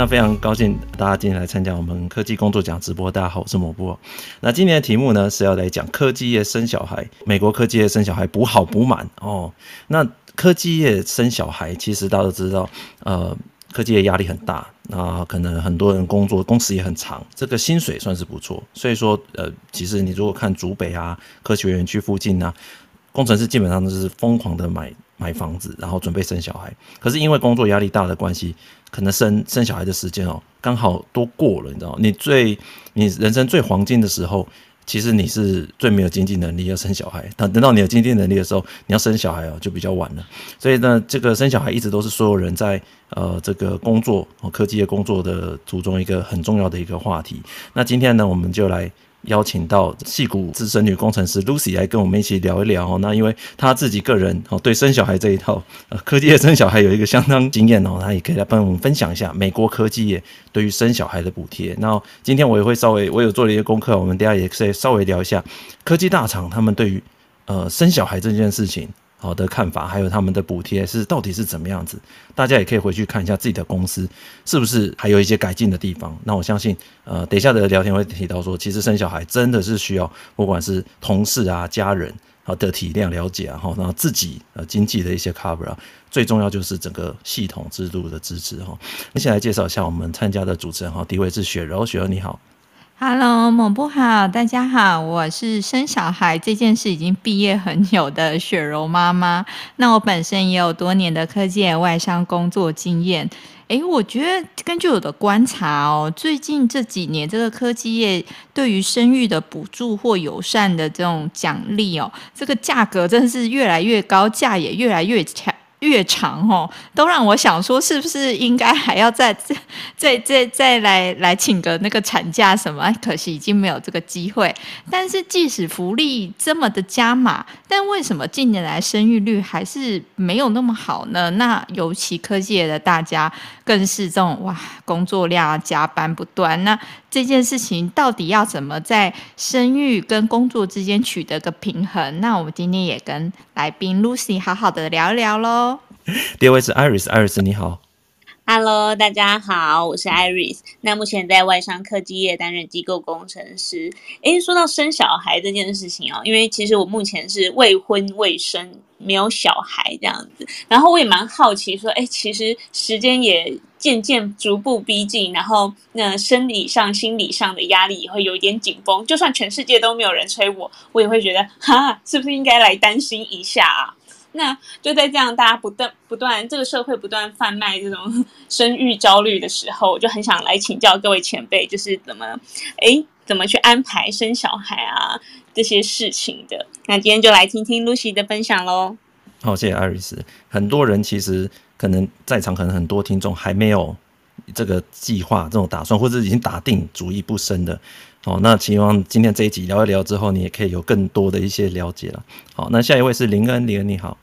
那非常高兴大家今天来参加我们科技工作奖直播。大家好，我是某部。那今天的题目呢是要来讲科技业生小孩，美国科技业生小孩补好补满哦。那科技业生小孩，其实大家都知道，科技业压力很大，那可能很多人工作工时也很长，这个薪水算是不错。所以说，其实你如果看竹北啊、科学园区附近啊，工程师基本上都是疯狂的买房子，然后准备生小孩。可是因为工作压力大的关系，可能生小孩的时间刚好都过了，你知道吗？你人生最黄金的时候，其实你是最没有经济能力要生小孩，等到你有经济能力的时候，你要生小孩就比较晚了。所以呢，这个生小孩一直都是所有人在这个工作科技业工作的途中一个很重要的一个话题。那今天呢，我们就来邀请到矽谷资深女工程师 Lucy 来跟我们一起聊一聊那因为她自己个人对生小孩这一套科技业生小孩有一个相当经验她也可以来帮我们分享一下美国科技业对于生小孩的补贴。那今天我也会我有做了一些功课，我们等一下也可以稍微聊一下科技大厂他们对于生小孩这件事情好的看法，还有他们的补贴到底是怎么样子。大家也可以回去看一下自己的公司是不是还有一些改进的地方。那我相信等一下的聊天会提到说，其实生小孩真的是需要不管是同事啊、家人的体谅了解然后自己经济的一些 cover 最重要就是整个系统制度的支持那先来介绍一下我们参加的主持人第一位是雪柔。雪柔你好。 Hello， 某部好，大家好，我是生小孩这件事已经毕业很久的雪柔妈妈。那我本身也有多年的科技业外商工作经验。我觉得根据我的观察最近这几年这个科技业对于生育的补助或友善的这种奖励这个价格真的是越来越高，价也越来越长都让我想说是不是应该还要再来请个那个产假什么，可惜已经没有这个机会。但是即使福利这么的加码，但为什么近年来生育率还是没有那么好呢？那尤其科技业的大家更是这种工作量加班不断，那这件事情到底要怎么在生育跟工作之间取得个平衡？那我们今天也跟来宾 Lucy 好好的聊一聊咯。 第二位是 Iris 你好。 Hello， 大家好，我是 Iris。那目前在外商科技业担任机构工程师。说到生小孩这件事情因为其实我目前是未婚未生，没有小孩这样子。然后我也蛮好奇说，其实时间也渐渐逐步逼近，然后生理上、心理上的压力也会有一点紧绷。就算全世界都没有人催我，我也会觉得，是不是应该来担心一下啊？那就在这样大家不断这个社会不断贩卖这种生育焦虑的时候，我就很想来请教各位前辈，就是怎么去安排生小孩啊这些事情的。那今天就来听听 Lucy 的分享咯。 好，谢谢 Iris。很多人其实可能在场，可能很多听众还没有这个计划、这种打算，或者已经打定主意不生的。那希望今天这一集聊一聊之后，你也可以有更多的一些了解了。好，那下一位是林恩你好。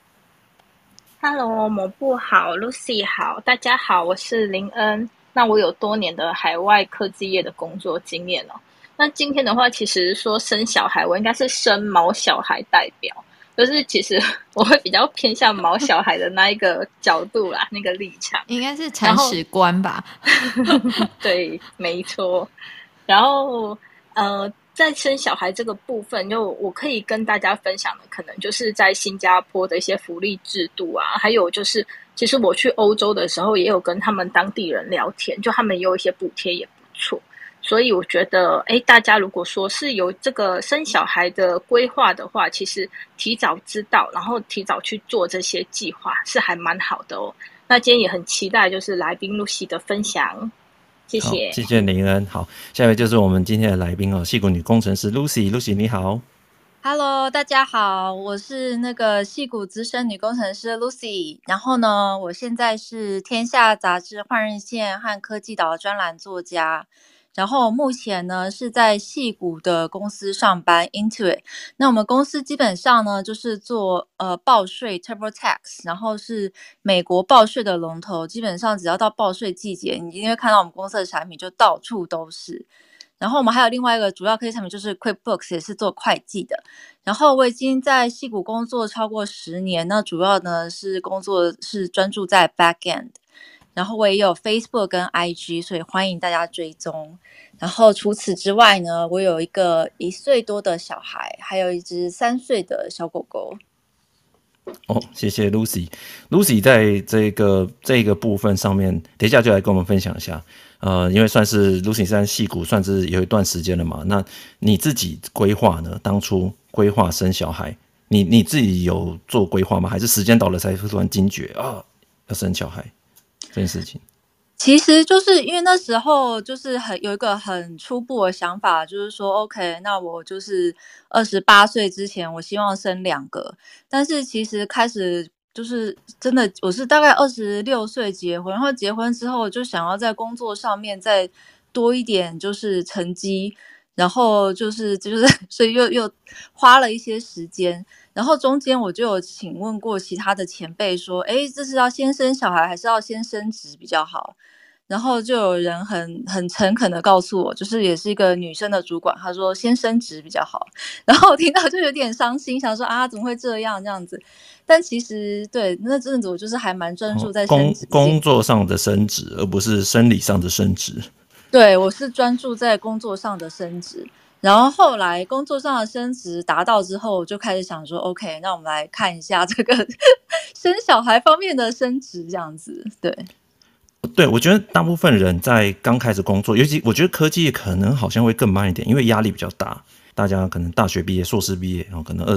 Hello， 某部好 ，Lucy 好，大家好，我是林恩。那我有多年的海外科技业的工作经验那今天的话，其实说生小孩，我应该是生毛小孩代表，就是其实我会比较偏向毛小孩的那一个角度啦，那个立场， 应该是铲屎官吧？ 对，没错。然后在生小孩这个部分，就我可以跟大家分享的，可能就是在新加坡的一些福利制度啊，还有就是其实我去欧洲的时候也有跟他们当地人聊天，就他们也有一些补贴也不错。所以我觉得大家如果说是有这个生小孩的规划的话，其实提早知道，然后提早去做这些计划是还蛮好的那今天也很期待就是来宾露西的分享。谢谢， 谢谢林恩。好，下一位就是我们今天的来宾矽谷女工程师 Lucy 你好。 Hello， 大家好，我是那个矽谷资深女工程师 Lucy。然后呢，我现在是天下杂志换日线和科技岛的专栏作家。然后目前呢是在矽谷的公司上班 Intuit。那我们公司基本上呢就是做报税 TurboTax， 然后是美国报税的龙头，基本上只要到报税季节，你一定会看到我们公司的产品就到处都是。然后我们还有另外一个主要科技产品就是 QuickBooks， 也是做会计的。然后我已经在矽谷工作超过10年，那主要呢是工作是专注在 Backend。 然后我也有 Facebook 跟 IG， 所以欢迎大家追踪。然后除此之外呢，我有一个1岁多的小孩，还有一只3岁的小狗狗。 谢谢 Lucy。Lucy 在这个部分上面，等一下就来跟我们分享一下。因为算是 Lucy 在矽谷算是有一段时间了嘛，那你自己规划呢？当初规划生小孩，你自己有做规划吗？还是时间到了才突然惊觉要生小孩这件事情？ 其实就是因为那时候就是有一个很初步的想法，就是说 OK， 那我就是28岁之前我希望生2个，但是其实开始就是真的我是大概26岁结婚，然后结婚之后就想要在工作上面再多一点就是成绩，然后就是所以又花了一些时间，然后中间我就有请问过其他的前辈说，这是要先生小孩还是要先升职比较好？然后就有人很诚恳的告诉我，就是也是一个女生的主管，她说先升职比较好。然后我听到就有点伤心，想说怎么会这样子？但其实对那阵子我就是还蛮专注在升职工作上的升职，而不是生理上的升职。 对，我是专注在工作上的升职。然后后来工作上的升职达到之后，我就开始想说 OK， 那我们来看一下这个生小孩方面的升职这样子。 对，我觉得大部分人在刚开始工作，尤其我觉得科技业可能好像会更慢一点，因为压力比较大。大家可能大学毕业、硕士毕业，可能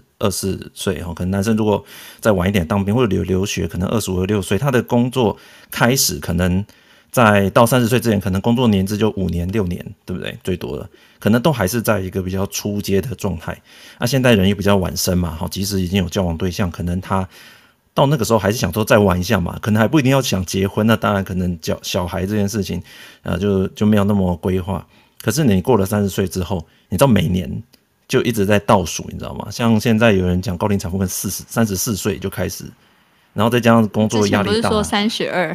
24岁，可能男生如果再晚一点当兵或者留学，可能25、26岁，他的工作开始可能在到30岁之前，可能工作年资就5年、6年，对不对？最多了，可能都还是在一个比较初阶的状态。现在人也比较晚生嘛，即使已经有交往对象，可能他到那个时候还是想说再玩一下嘛，可能还不一定要想结婚，那当然可能小孩这件事情就没有那么规划。可是你过了30岁之后，你知道每年就一直在倒数，你知道吗？像现在有人讲高龄产妇跟34岁就开始，然后再加上工作压力大， 之前不是说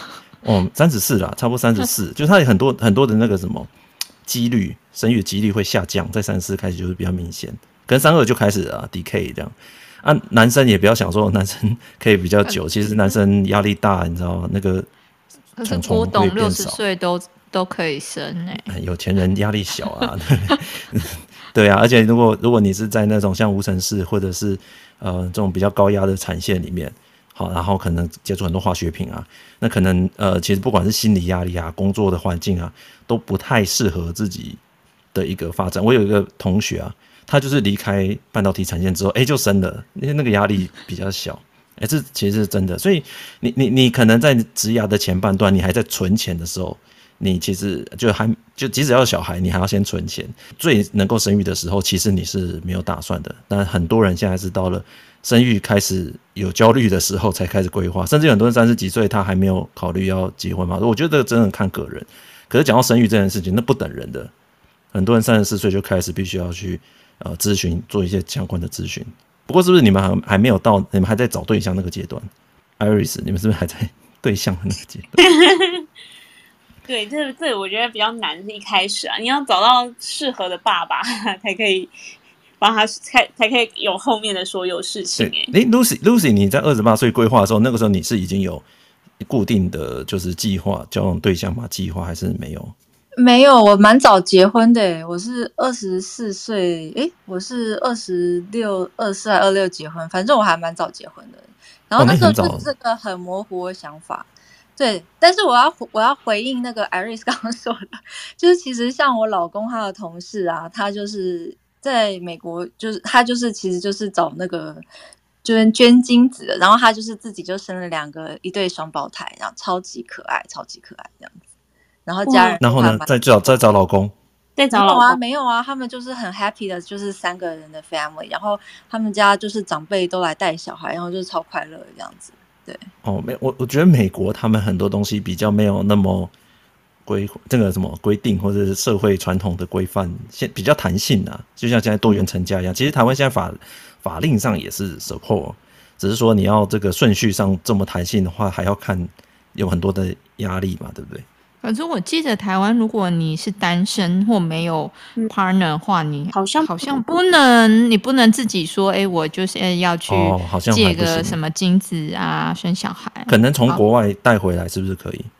32 34啦，差不多34，就是它有很多的那个什么几率，生育几率会下降，在34开始就是比较明显，跟32就开始decay 这样。男生也不要想说男生可以比较久，其实男生压力大，你知道那个可是郭董60岁都可以生有钱人压力小啊。对啊，而且如果你是在那种像无尘室或者是这种比较高压的产线里面，好，然后可能接触很多化学品那可能其实不管是心理压力工作的环境都不太适合自己的一个发展。我有一个同学他就是离开半导体产线之后就生了，因为那个压力比较小。这其实是真的。所以你可能在职涯的前半段，你还在存钱的时候，你其实就即使要有小孩，你还要先存钱。最能够生育的时候，其实你是没有打算的。但很多人现在是到了生育开始有焦虑的时候才开始规划，甚至很多人30几岁他还没有考虑要结婚嘛。我觉得这个真的看个人。可是讲到生育这件事情，那不等人的，很多人34岁就开始必须要去咨询，做一些相关的咨询。不过是不是你们还没有到，你们还在找对象那个阶段 ？Iris， 你们是不是还在对象的那个阶段？ 对，这我觉得比较难，是一开始你要找到适合的爸爸才可以帮他才可以有后面的所有事情。 Lucy， 你在28岁规划的时候，那个时候你是已经有固定的就是计划交往对象吗？计划还是没有？ 没有，我蛮早结婚的，我是24岁，我是26、24还26结婚，反正我还蛮早结婚的。然后那时候就是这个很模糊的想法。对，但是我要回应那个 Iris 刚刚说的，就是其实像我老公他的同事他就是在美国，就是他就是其实就是找那个就是捐精子的，然后他就是自己就生了一对双胞胎，然后超级可爱这样子。然后家人， 然后呢，再找老公， 没有啊，他们就是很 happy 的，就是3个人的 family， 然后他们家就是长辈都来带小孩，然后就是超快乐的这样子。对， 我觉得美国他们很多东西比较没有那么这个什么规定或者是社会传统的规范，比较弹性就像现在多元成家一样。其实台湾现在法令上也是 support， 只是说你要这个顺序上这么弹性的话，还要看有很多的压力嘛，对不对？ 可是我记得台湾，如果你是单身或没有 partner 的话，你好像不能，你不能自己说，我就是要去好像借还不行个什么精子啊，生小孩。 可能从国外带回来是不是可以？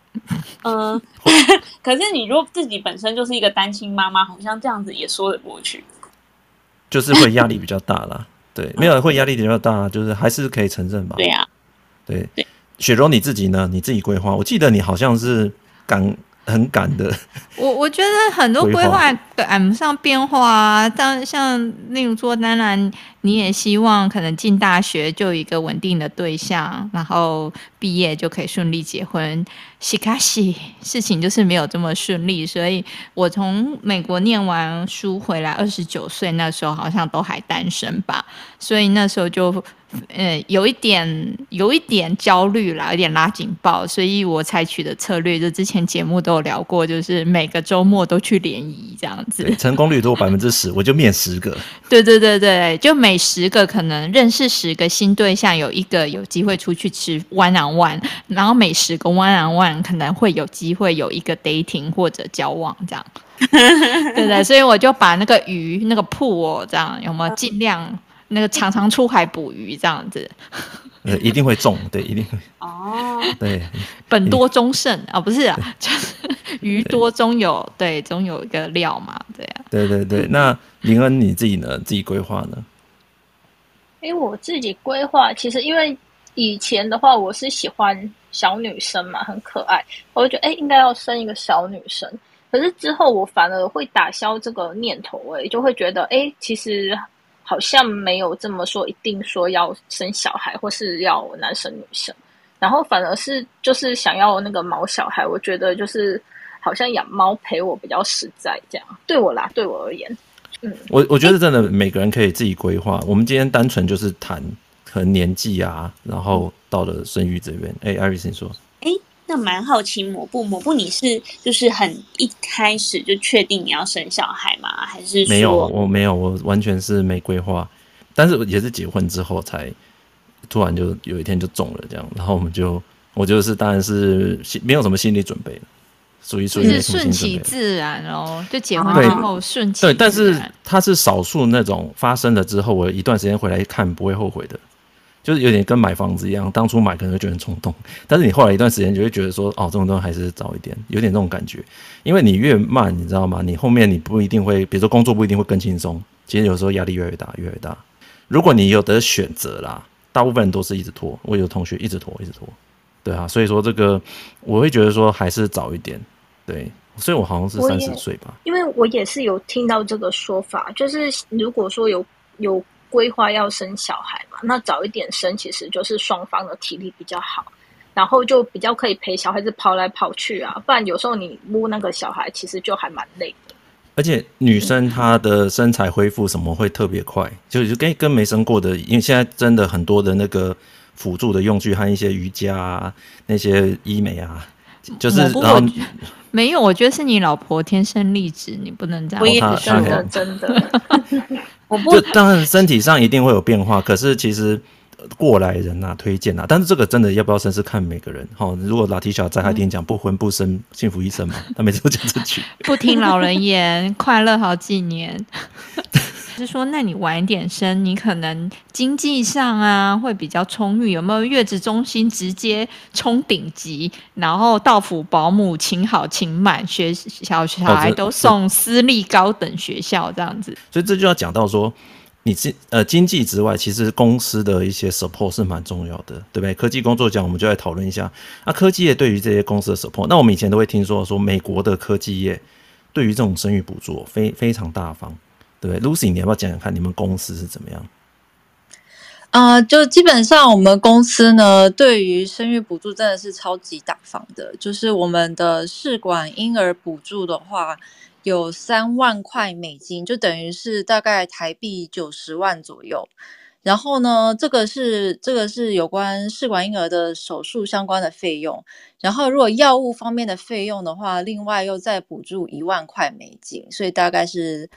可是你如果自己本身就是一个单亲妈妈，好像这样子也说得过去。 就是会压力比较大啦。对，没有会压力比较大，就是还是可以承认吧。 对啊， 对。雪柔你自己呢？你自己规划？我记得你好像是很赶的。 我觉得很多规划赶不上变化啊，像例如说，当然你也希望可能进大学就有一个稳定的对象，然后毕业就可以顺利结婚。しかし事情就是没有这么顺利，所以我从美国念完书回来，29岁那时候好像都还单身吧，所以那时候就有一点焦虑啦，有点拉警报，所以我采取的策略就之前节目都有聊过，就是每个周末都去联谊这样子， 成功率多10%，我就面10个。 对，就每10个可能认识10个新对象，有一个有机会出去吃 one on one， 然后每10个 one on one 可能会有机会有一个 dating 或者交往这样，对，所以我就把那个鱼那个pool这样有没有尽量。那个常出海捕鱼这样子， 一定会中，对，一定会。对， 本多终胜啊，不是啊，就是鱼多终有，对，终有一个料嘛，对啊。 对，那林恩你自己呢？自己规划呢？ 我自己规划，其实因为以前的话，我是喜欢小女生嘛，很可爱，我就觉得应该要生一个小女生。可是之后我反而会打消这个念头，就会觉得其实。好像没有这么说，一定说要生小孩或是要男生女生，然后反而是就是想要那个毛小孩，我觉得就是好像养猫陪我比较实在，这样对我而言， 我觉得真的每个人可以自己规划。我们今天单纯就是谈可能年纪啊，然后到了生育这边。Iris 你说。 那蛮好奇抹布你是就是很一开始就确定你要生小孩吗？还是说没有？我没有，我完全是没规划，但是也是结婚之后才突然就有一天就中了这样，然后我就是当然是没有什么心理准备了，属于是顺其自然哦，就结婚之后顺其自然。 对，但是它是少数那种发生了之后，我一段时间回来看不会后悔的。就是有点跟买房子一样，当初买可能会觉得很冲动，但是你后来一段时间就会觉得说，这种东西还是早一点，有点这种感觉。因为你越慢，你知道吗？你后面你不一定会，比如说工作不一定会更轻松，其实有时候压力越来越大，越来越大。如果你有得选择啦，大部分人都是一直拖。我有同学一直拖，对啊，所以说这个我会觉得说还是早一点，对，所以我好像是30岁吧。 因为我也是有听到这个说法，就是如果说有规划要生小孩嘛，那早一点生其实就是双方的体力比较好，然后就比较可以陪小孩子跑来跑去啊，不然有时候你摸那个小孩其实就还蛮累的。 而且女生她的身材恢复什么会特别快，就跟没生过的，因为现在真的很多的那个辅助的用具和一些瑜伽啊，那些医美啊，就是然后没有，我觉得是你老婆天生丽质，你不能这样。 我也真的。 就当然身体上一定会有变化，可是其实过来人啊推荐啊，但是这个真的要不要生是看每个人。如果Latisha在他一定讲不婚不生幸福一生嘛，他每次都讲这句。 不听老人言，快乐好几年。是说，那你晚一点生，你可能经济上啊会比较充裕，有没有月子中心直接冲顶级，然后到府保姆请好请满，小孩都送私立高等学校这样子。 所以这就要讲到说，你经济之外，其实公司的一些 support 是蛮重要的，对不对？科技工作奖我们就来讨论一下。科技业对于这些公司的 support， 那我们以前都会听说美国的科技业对于这种生育补助非常大方。对 Lucy 你要不要讲讲看你们公司是怎么样？ 就基本上我们公司呢对于生育补助真的是超级大方的，就是我们的试管婴儿补助的话有3万块美金，就等于是大概台币90万左右。然后呢，这个是有关试管婴儿的手术相关的费用，然后如果药物方面的费用的话，另外又再补助1万块美金，所以大概是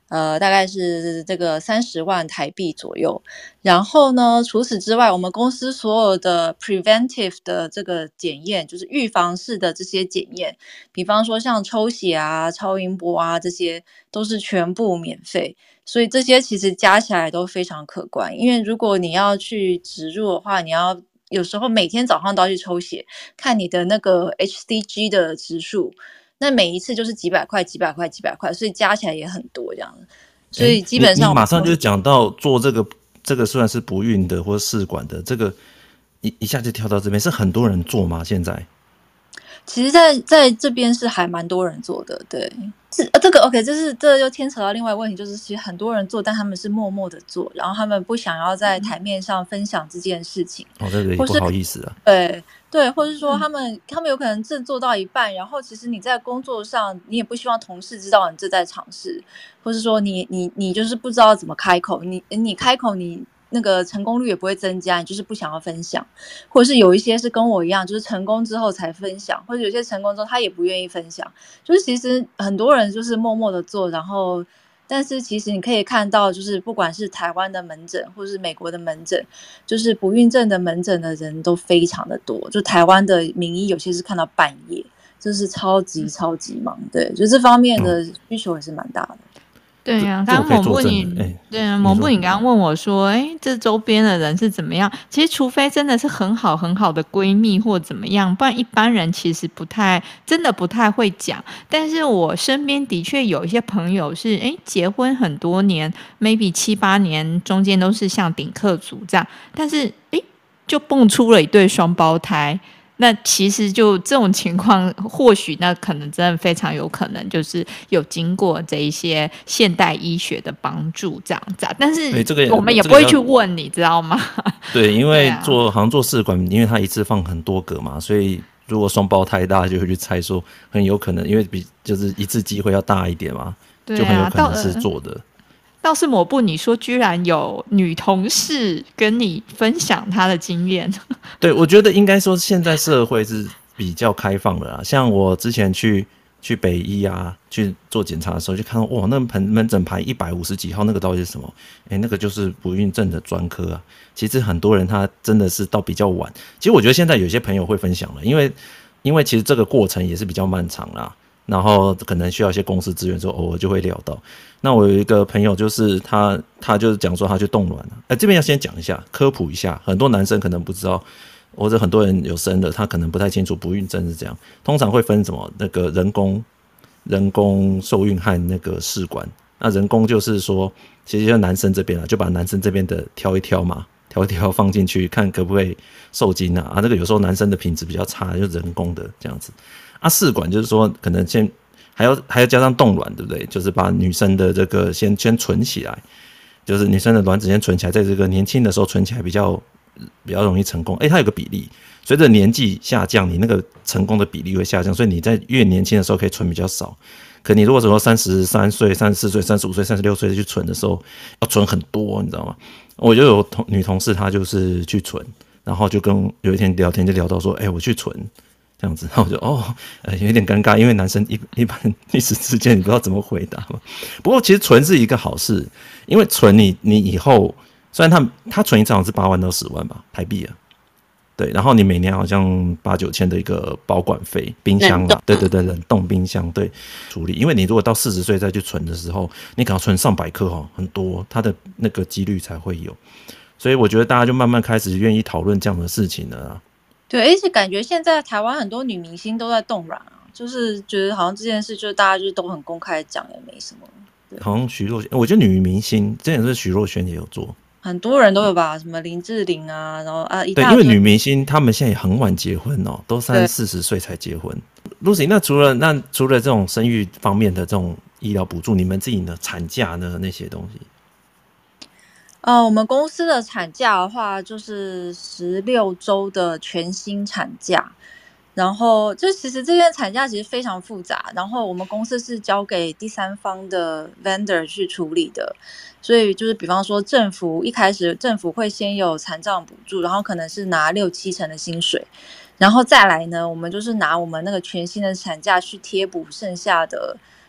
大概是这个30万台币左右。然后呢，除此之外，我们公司所有的 preventive 的这个检验，就是预防式的这些检验，比方说像抽血啊、超音波啊，这些都是全部免费。所以这些其实加起来都非常可观。因为如果你要去植入的话，你要有时候每天早上都要去抽血，看你的那个 HCG 的指数。那每一次就是几百块，所以加起来也很多这样。所以基本上你马上就讲到做这个虽然是不孕的或试管的，这个一下就跳到这边，是很多人做吗？现在？ 其实在这边是还蛮多人做的，对，这个 OK，这就牵扯到另外一个问题，就是其实很多人做，但他们是默默的做，然后他们不想要在台面上分享这件事情， 这个也不好意思啊， 对，或是说他们有可能正做到一半，然后其实你在工作上你也不希望同事知道你正在尝试，或是说你就是不知道怎么开口，你开口你那个成功率也不会增加，你就是不想要分享，或者是有一些是跟我一样，就是成功之后才分享，或者有些成功之后他也不愿意分享，就是其实很多人就是默默的做，然后但是其实你可以看到，就是不管是台湾的门诊或是美国的门诊，就是不孕症的门诊的人都非常的多，就台湾的名医有些是看到半夜，就是超级忙，对，就这方面的需求也是蛮大的。 对啊，刚刚某部你刚刚问我说，这周边的人是怎么样？其实除非真的是很好的闺蜜或怎么样，不然一般人其实真的不太会讲。但是我身边的确有一些朋友是，结婚很多年 ，maybe 7-8年，中间都是像顶客族这样，但是就蹦出了一对双胞胎。那其实就这种情况，或许那可能真的非常有可能就是有经过这一些现代医学的帮助这样子，但是我们也不会去问，你知道吗？ 对，因为好像做试管，因为它一次放很多个嘛，所以如果双胞胎大家就会去猜说很有可能，因为就是一次机会要大一点嘛，就很有可能是做的。 倒是某部你说居然有女同事跟你分享她的经验。 对，我觉得应该说现在社会是比较开放的啦，像我之前去北医啊去做检查的时候，就看到哇，那门诊排150几号，那个到底是什么？那个就是不孕症的专科啊。其实很多人他真的是到比较晚，其实我觉得现在有些朋友会分享了，因为其实这个过程也是比较漫长啦，然后可能需要一些公司资源，说偶尔就会聊到。那我有一个朋友，就是他就是讲说他去冻卵了。这边要先讲一下，科普一下，很多男生可能不知道，或者很多人有生的，他可能不太清楚不孕症是这样。通常会分什么那个人工受孕和那个试管。那人工就是说，其实就男生这边就把男生这边的挑一挑嘛，挑一挑放进去，看可不可以受精啊。这个有时候男生的品质比较差，就人工的这样子。试管就是说可能先还要加上冻卵，对不对？就是把女生的这个先存起来，就是女生的卵子先存起来，在这个年轻的时候存起来比较容易成功。它有个比例，随着年纪下降，你那个成功的比例会下降，所以你在越年轻的时候可以存比较少。可你如果说33岁、34岁、35岁、36岁去存的时候，要存很多，你知道吗？我就有女同事，她就是去存，然后就跟有一天聊天就聊到说，我去存。这样子，然后我就有点尴尬，因为男生一般一时之间你不知道怎么回答嘛。不过其实存是一个好事，因为存你以后虽然他存一次好像是8万到10万吧台币啊，对，然后你每年好像8-9千的一个保管费，冰箱啊，对，冷冻冰箱对处理，因为你如果到40岁再去存的时候，你可能要存上百颗很多，它的那个几率才会有，所以我觉得大家就慢慢开始愿意讨论这样的事情了啊。 对，而且感觉现在台湾很多女明星都在冻卵啊，就是觉得好像这件事就是大家就都很公开讲，也没什么。 好像徐若瑄，我觉得女明星之前是徐若瑄也有做， 很多人都有吧，什么林志玲啊，然后对，因为女明星她们现在也很晚结婚哦，都30-40岁才结婚。Lucy， 那除了这种生育方面的这种医疗补助，你们自己的产假呢那些东西？ 我们公司的产假的话，就是16周的全薪产假，然后就其实这边产假其实非常复杂，然后我们公司是交给第三方的 vendor 去处理的，所以就是比方说一开始政府会先有产障补助，然后可能是拿6-7成的薪水，然后再来呢，我们就是拿我们那个全薪的产假去贴补剩下的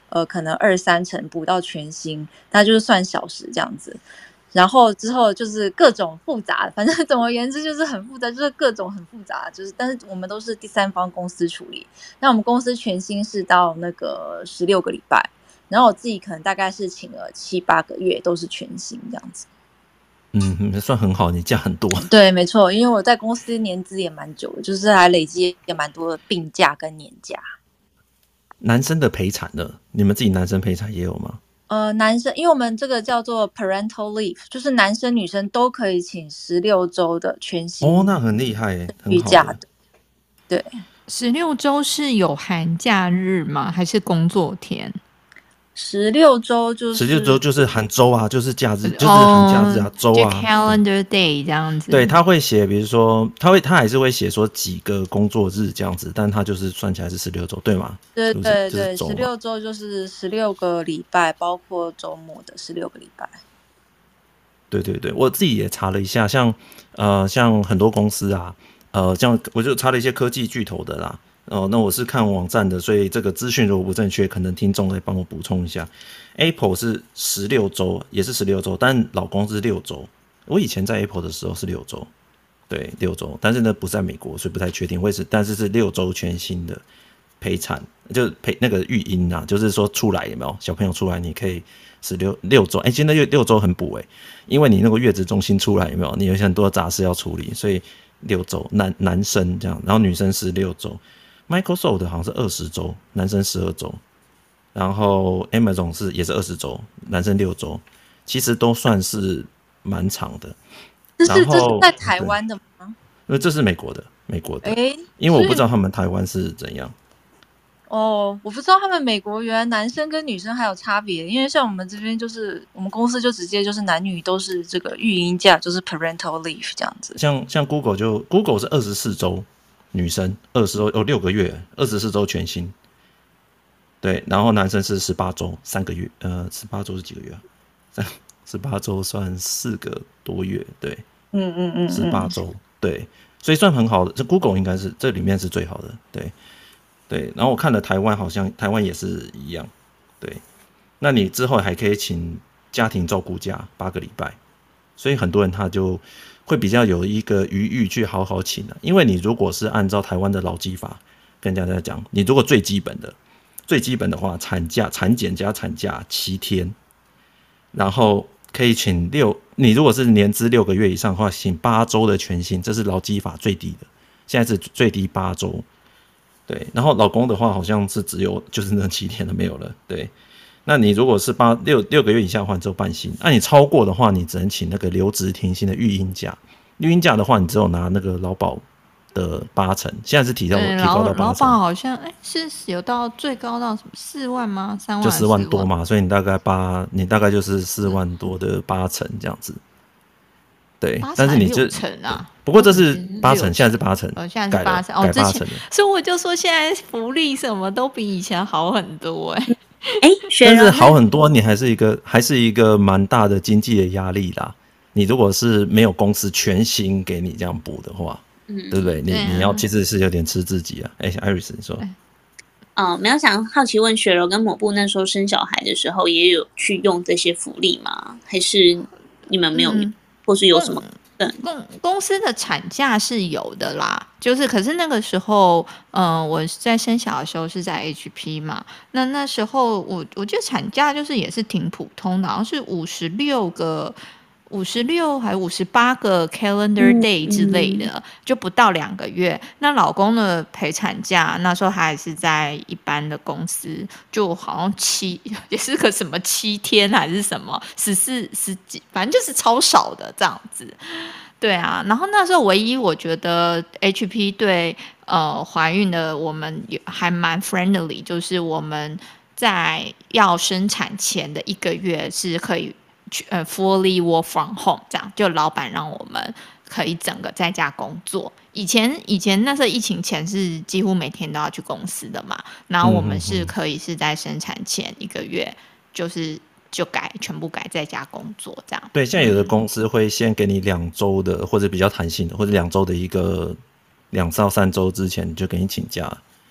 可能2-3成补到全薪，那就是算小时这样子。然后之后就是各种复杂，反正总而言之就是很复杂，就是各种很复杂，就是但是我们都是第三方公司处理。那我们公司全薪是到那个16个礼拜，然后我自己可能大概是请了7-8个月都是全薪这样子。 算很好，你假很多。 对，没错，因为我在公司年资也蛮久的，就是还累积也蛮多的病假跟年假。 男生的陪产呢？你们自己男生陪产也有吗？ 男生，因为我们这个叫做 parental leave， 就是男生女生都可以请16周的全薪。 哦，那很厉害耶，很好的。 对 ，16周是有含假日吗？还是工作天 ？16周就是含周啊，就是假日，就是含假日啊，周啊， 就 calendar day 这样子。 对，他会写，比如说他还是会写说几个工作日这样子，但他就是算起来是16周，对吗？ 对对对 ，16周就是16个礼拜，包括周末的16个礼拜。 对对对，我自己也查了一下，像很多公司啊，像我就查了一些科技巨头的啦。那我是看网站的，所以这个资讯如果不正确，可能听众来帮我补充一下。Apple 是16周，也是16周，但老公是6周。我以前在 Apple 的时候是6周，对，6周，但是呢不在美国，所以不太确定。但是是6周全薪的陪产，就是陪那个育婴啊，就是说出来有没有小朋友出来，你可以6周。现在6周很补因为你那个月子中心出来有没有，你有很多杂事要处理，所以6周男生这样，然后女生是6周。Microsoft 好像是20周，男生12周，然后 Amazon 也是20周，男生6周，其实都算是蛮长的。 这是在台湾的吗？ 因为这是美国的，因为我不知道他们台湾是怎样。 我不知道他们美国原来男生跟女生还有差别，因为像我们这边就是我们公司就直接就是男女都是这个育婴假，就是 parental leave 这样子。 像 Google 是24周。女生20周6个月，24周全薪。对，然后男生是18周3个月，18周是几个月啊？18周算4个多月，对，18周，对，所以算很好的。这 Google 应该是这里面是最好的，对。然后我看了台湾，好像台湾也是一样，对。那你之后还可以请家庭照顾假8个礼拜，所以很多人他就会比较有一个余裕去好好请因为你如果是按照台湾的劳基法跟大家讲，你如果最基本的话，产检加产假7天，然后可以请你如果是年资6个月以上的话，请8周的全薪，这是劳基法最低的，现在是最低8周。对，然后老公的话好像是只有就是那7天的没有了，对。那你如果是6个月以下的话，你只有半薪；你超过的话，你只能请那个留职停薪的育婴假。育婴假的话，你只有拿那个劳保的8成，现在是提高到8成。 劳保好像是有到最高到什么4万吗？3万？ 就4万多嘛，所以你大概就是4万多的8成这样子。对，但是你不过这是8成，现在是8成， 现在是8成改8成了。 所以我就说现在福利什么都比以前好很多但是好很多，你还是一个蛮大的经济的压力啦。你如果是没有公司全薪给你这样补的话，对不对？你要其实是有点吃自己啊。Iris 你说。 没有想好奇问雪柔跟抹布那时候生小孩的时候也有去用这些福利吗？还是你们没有，或是有什么？ 公司的产假是有的啦，就是可是那个时候，我在生小孩的时候是在 HP 嘛，那时候我觉得产假就是也是挺普通的，好像是56还58个 calendar day 之类的，就不到2个月。那老公的陪产假那时候他还是在一般的公司，就好像也是个什么7天还是什么14几，反正就是超少的这样子。对啊，然后那时候唯一我觉得 HP 对怀孕的我们还蛮 friendly， 就是我们在要生产前的1个月是可以fully work from home， 这样就老板让我们可以整个在家工作。以前那时候疫情前是几乎每天都要去公司的嘛，然后我们是可以是在生产前1个月就全部改在家工作这样。 对，现在有的公司会先给你2周的，或者比较弹性的，或者2周的一个2到3周之前就给你请假。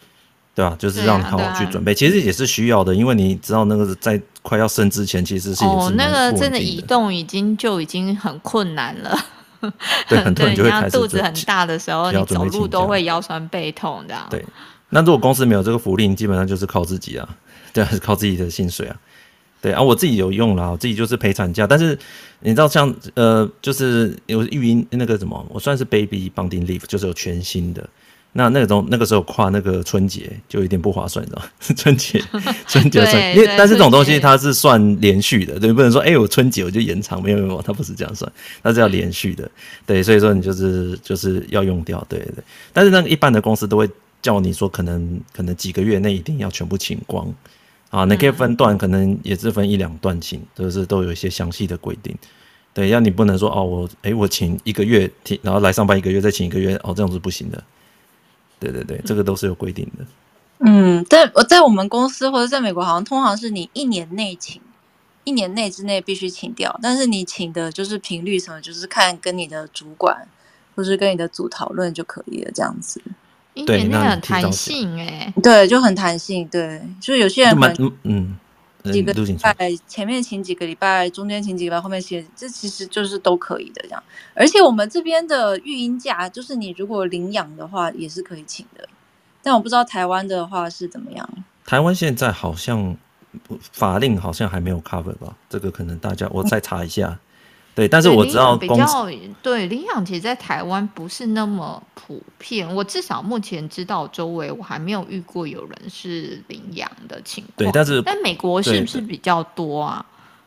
对吧？就是让你好好去准备，其实也是需要的，因为你知道那个在快要生之前，其实是也是那个蛮不稳定的真的移动已经很困难了。 对，很多人就会开始肚子很大的时候，你走路都会腰酸背痛这样。 对，那如果公司没有这个福利，你基本上就是靠自己啊，对啊，靠自己的薪水啊。对啊，我自己有用啦，我自己就是陪产假，但是你知道像就是有育婴那个什么，我算是 baby bonding leave， 就是有全新的。那个时候跨那个春节就有点不划算，你知道吗？春节算，因为但是这种东西它是算连续的，对，不能说我春节我就延长，没有，它不是这样算，它是要连续的，对，所以说你就是要用掉，对对。但是那个一般的公司都会叫你说，可能几个月内一定要全部请光啊，你可以分段，可能也是分1-2段请，就是都有一些详细的规定。对，要你不能说我请1个月，然后来上班1个月再请1个月，这样子不行的。对对对，这个都是有规定的。 在我们公司或者在美国，好像通常是你1年内请，1年内之内必须请掉，但是你请的就是频率什么，就是看跟你的主管或是跟你的组讨论就可以了，这样子。 1年内很弹性对，就很弹性，对，就是有些人可能几个礼拜前面请几个礼拜，中间请几个礼拜，后面请，这其实就是都可以的这样。而且我们这边的育婴假，就是你如果领养的话也是可以请的，但我不知道台湾的话是怎么样。 台湾现在好像法令好像还没有 cover 吧，这个可能我再查一下。对，但是我知道领养其实在台湾不是那么普遍，我至少目前知道周围我还没有遇过有人是领养的情况。 对， 但美国是不是比较多啊？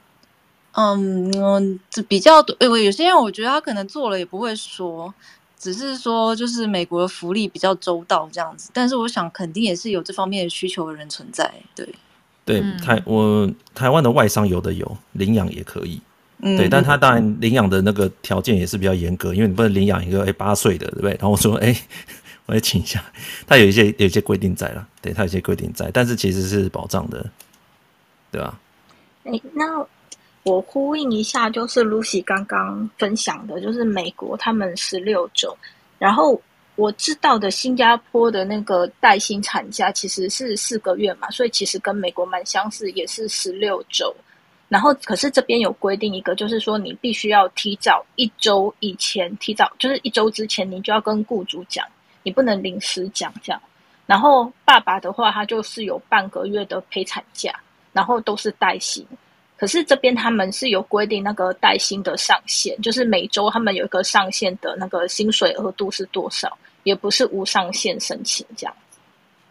这比较多。有些人我觉得他可能做了也不会说，只是说就是美国的福利比较周到这样子。但是我想肯定也是有这方面的需求的人存在。对， 台湾的外商有领养也可以。对，但他当然领养的那个条件也是比较严格，因为你不能领养一个8岁的，对不对？然后我说我来请一下，他有一些规定在啦，对，他有一些规定在，但是其实是保障的，对吧？ 那我呼应一下，就是 Lucy 刚刚分享的，就是美国他们16周，然后我知道的新加坡的那个带薪产假其实是4个月嘛，所以其实跟美国蛮相似，也是16周。然后可是这边有规定一个，就是说你必须要提早1周以前，就是1周之前你就要跟雇主讲，你不能临时讲这样。然后爸爸的话，他就是有半个月的陪产假，然后都是带薪。可是这边他们是有规定那个带薪的上限，就是每周他们有一个上限的那个薪水额度是多少，也不是无上限申请这样子。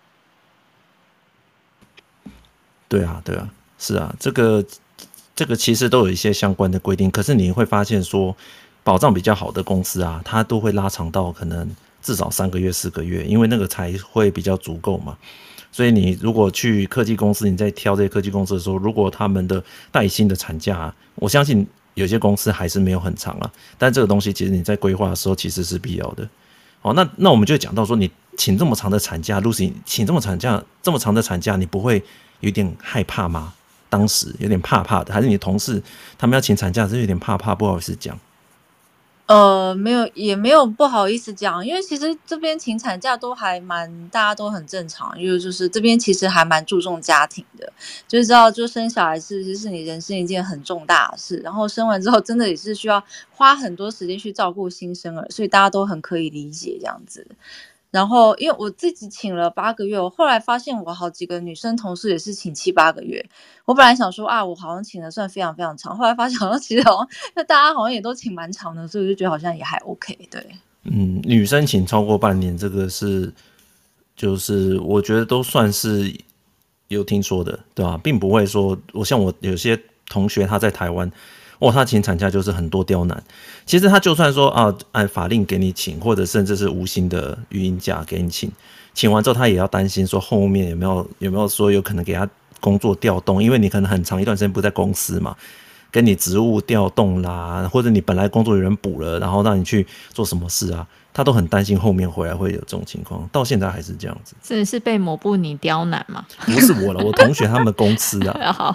对啊，是啊，这个其实都有一些相关的规定，可是你会发现说，保障比较好的公司啊，它都会拉长到可能至少3个月、4个月，因为那个才会比较足够嘛。所以你如果去科技公司，你在挑这些科技公司的时候，如果他们的带薪的产假，我相信有些公司还是没有很长啊，但这个东西其实你在规划的时候其实是必要的。那我们就讲到说，你请这么长的产假 ，Lucy 请这么长的产假，你不会有点害怕吗？当时有点怕怕的，还是你同事他们要请产假是有点怕怕，不好意思讲？ 没有，也没有不好意思讲，因为其实这边请产假都还大家都很正常，因为就是这边其实还蛮注重家庭的，就是知道就生小孩是你人生一件很重大的事，然后生完之后真的也是需要花很多时间去照顾新生儿，所以大家都很可以理解这样子。然后因为我自己请了8个月，我后来发现我好几个女生同事也是请7-8个月。我本来想说我好像请的算非常非常长，后来发现好像其实大家好像也都请蛮长的，所以我就觉得好像也还 OK。 对， 女生请超过半年，这个就是我觉得都算是有听说的，对吧？并不会说我有些同学他在台湾，他请产假就是很多刁难。其实他就算说按法令给你请，或者甚至是无薪的育婴假给你请完之后，他也要担心说后面有没有说有可能给他工作调动，因为你可能很长一段时间不在公司嘛，跟你职务调动啦，或者你本来工作有人补了，然后让你去做什么事啊，他都很担心后面回来会有这种情况，到现在还是这样子。 真的是被某部你刁难吗？ 不是我了，我同学他们公司啊。 好，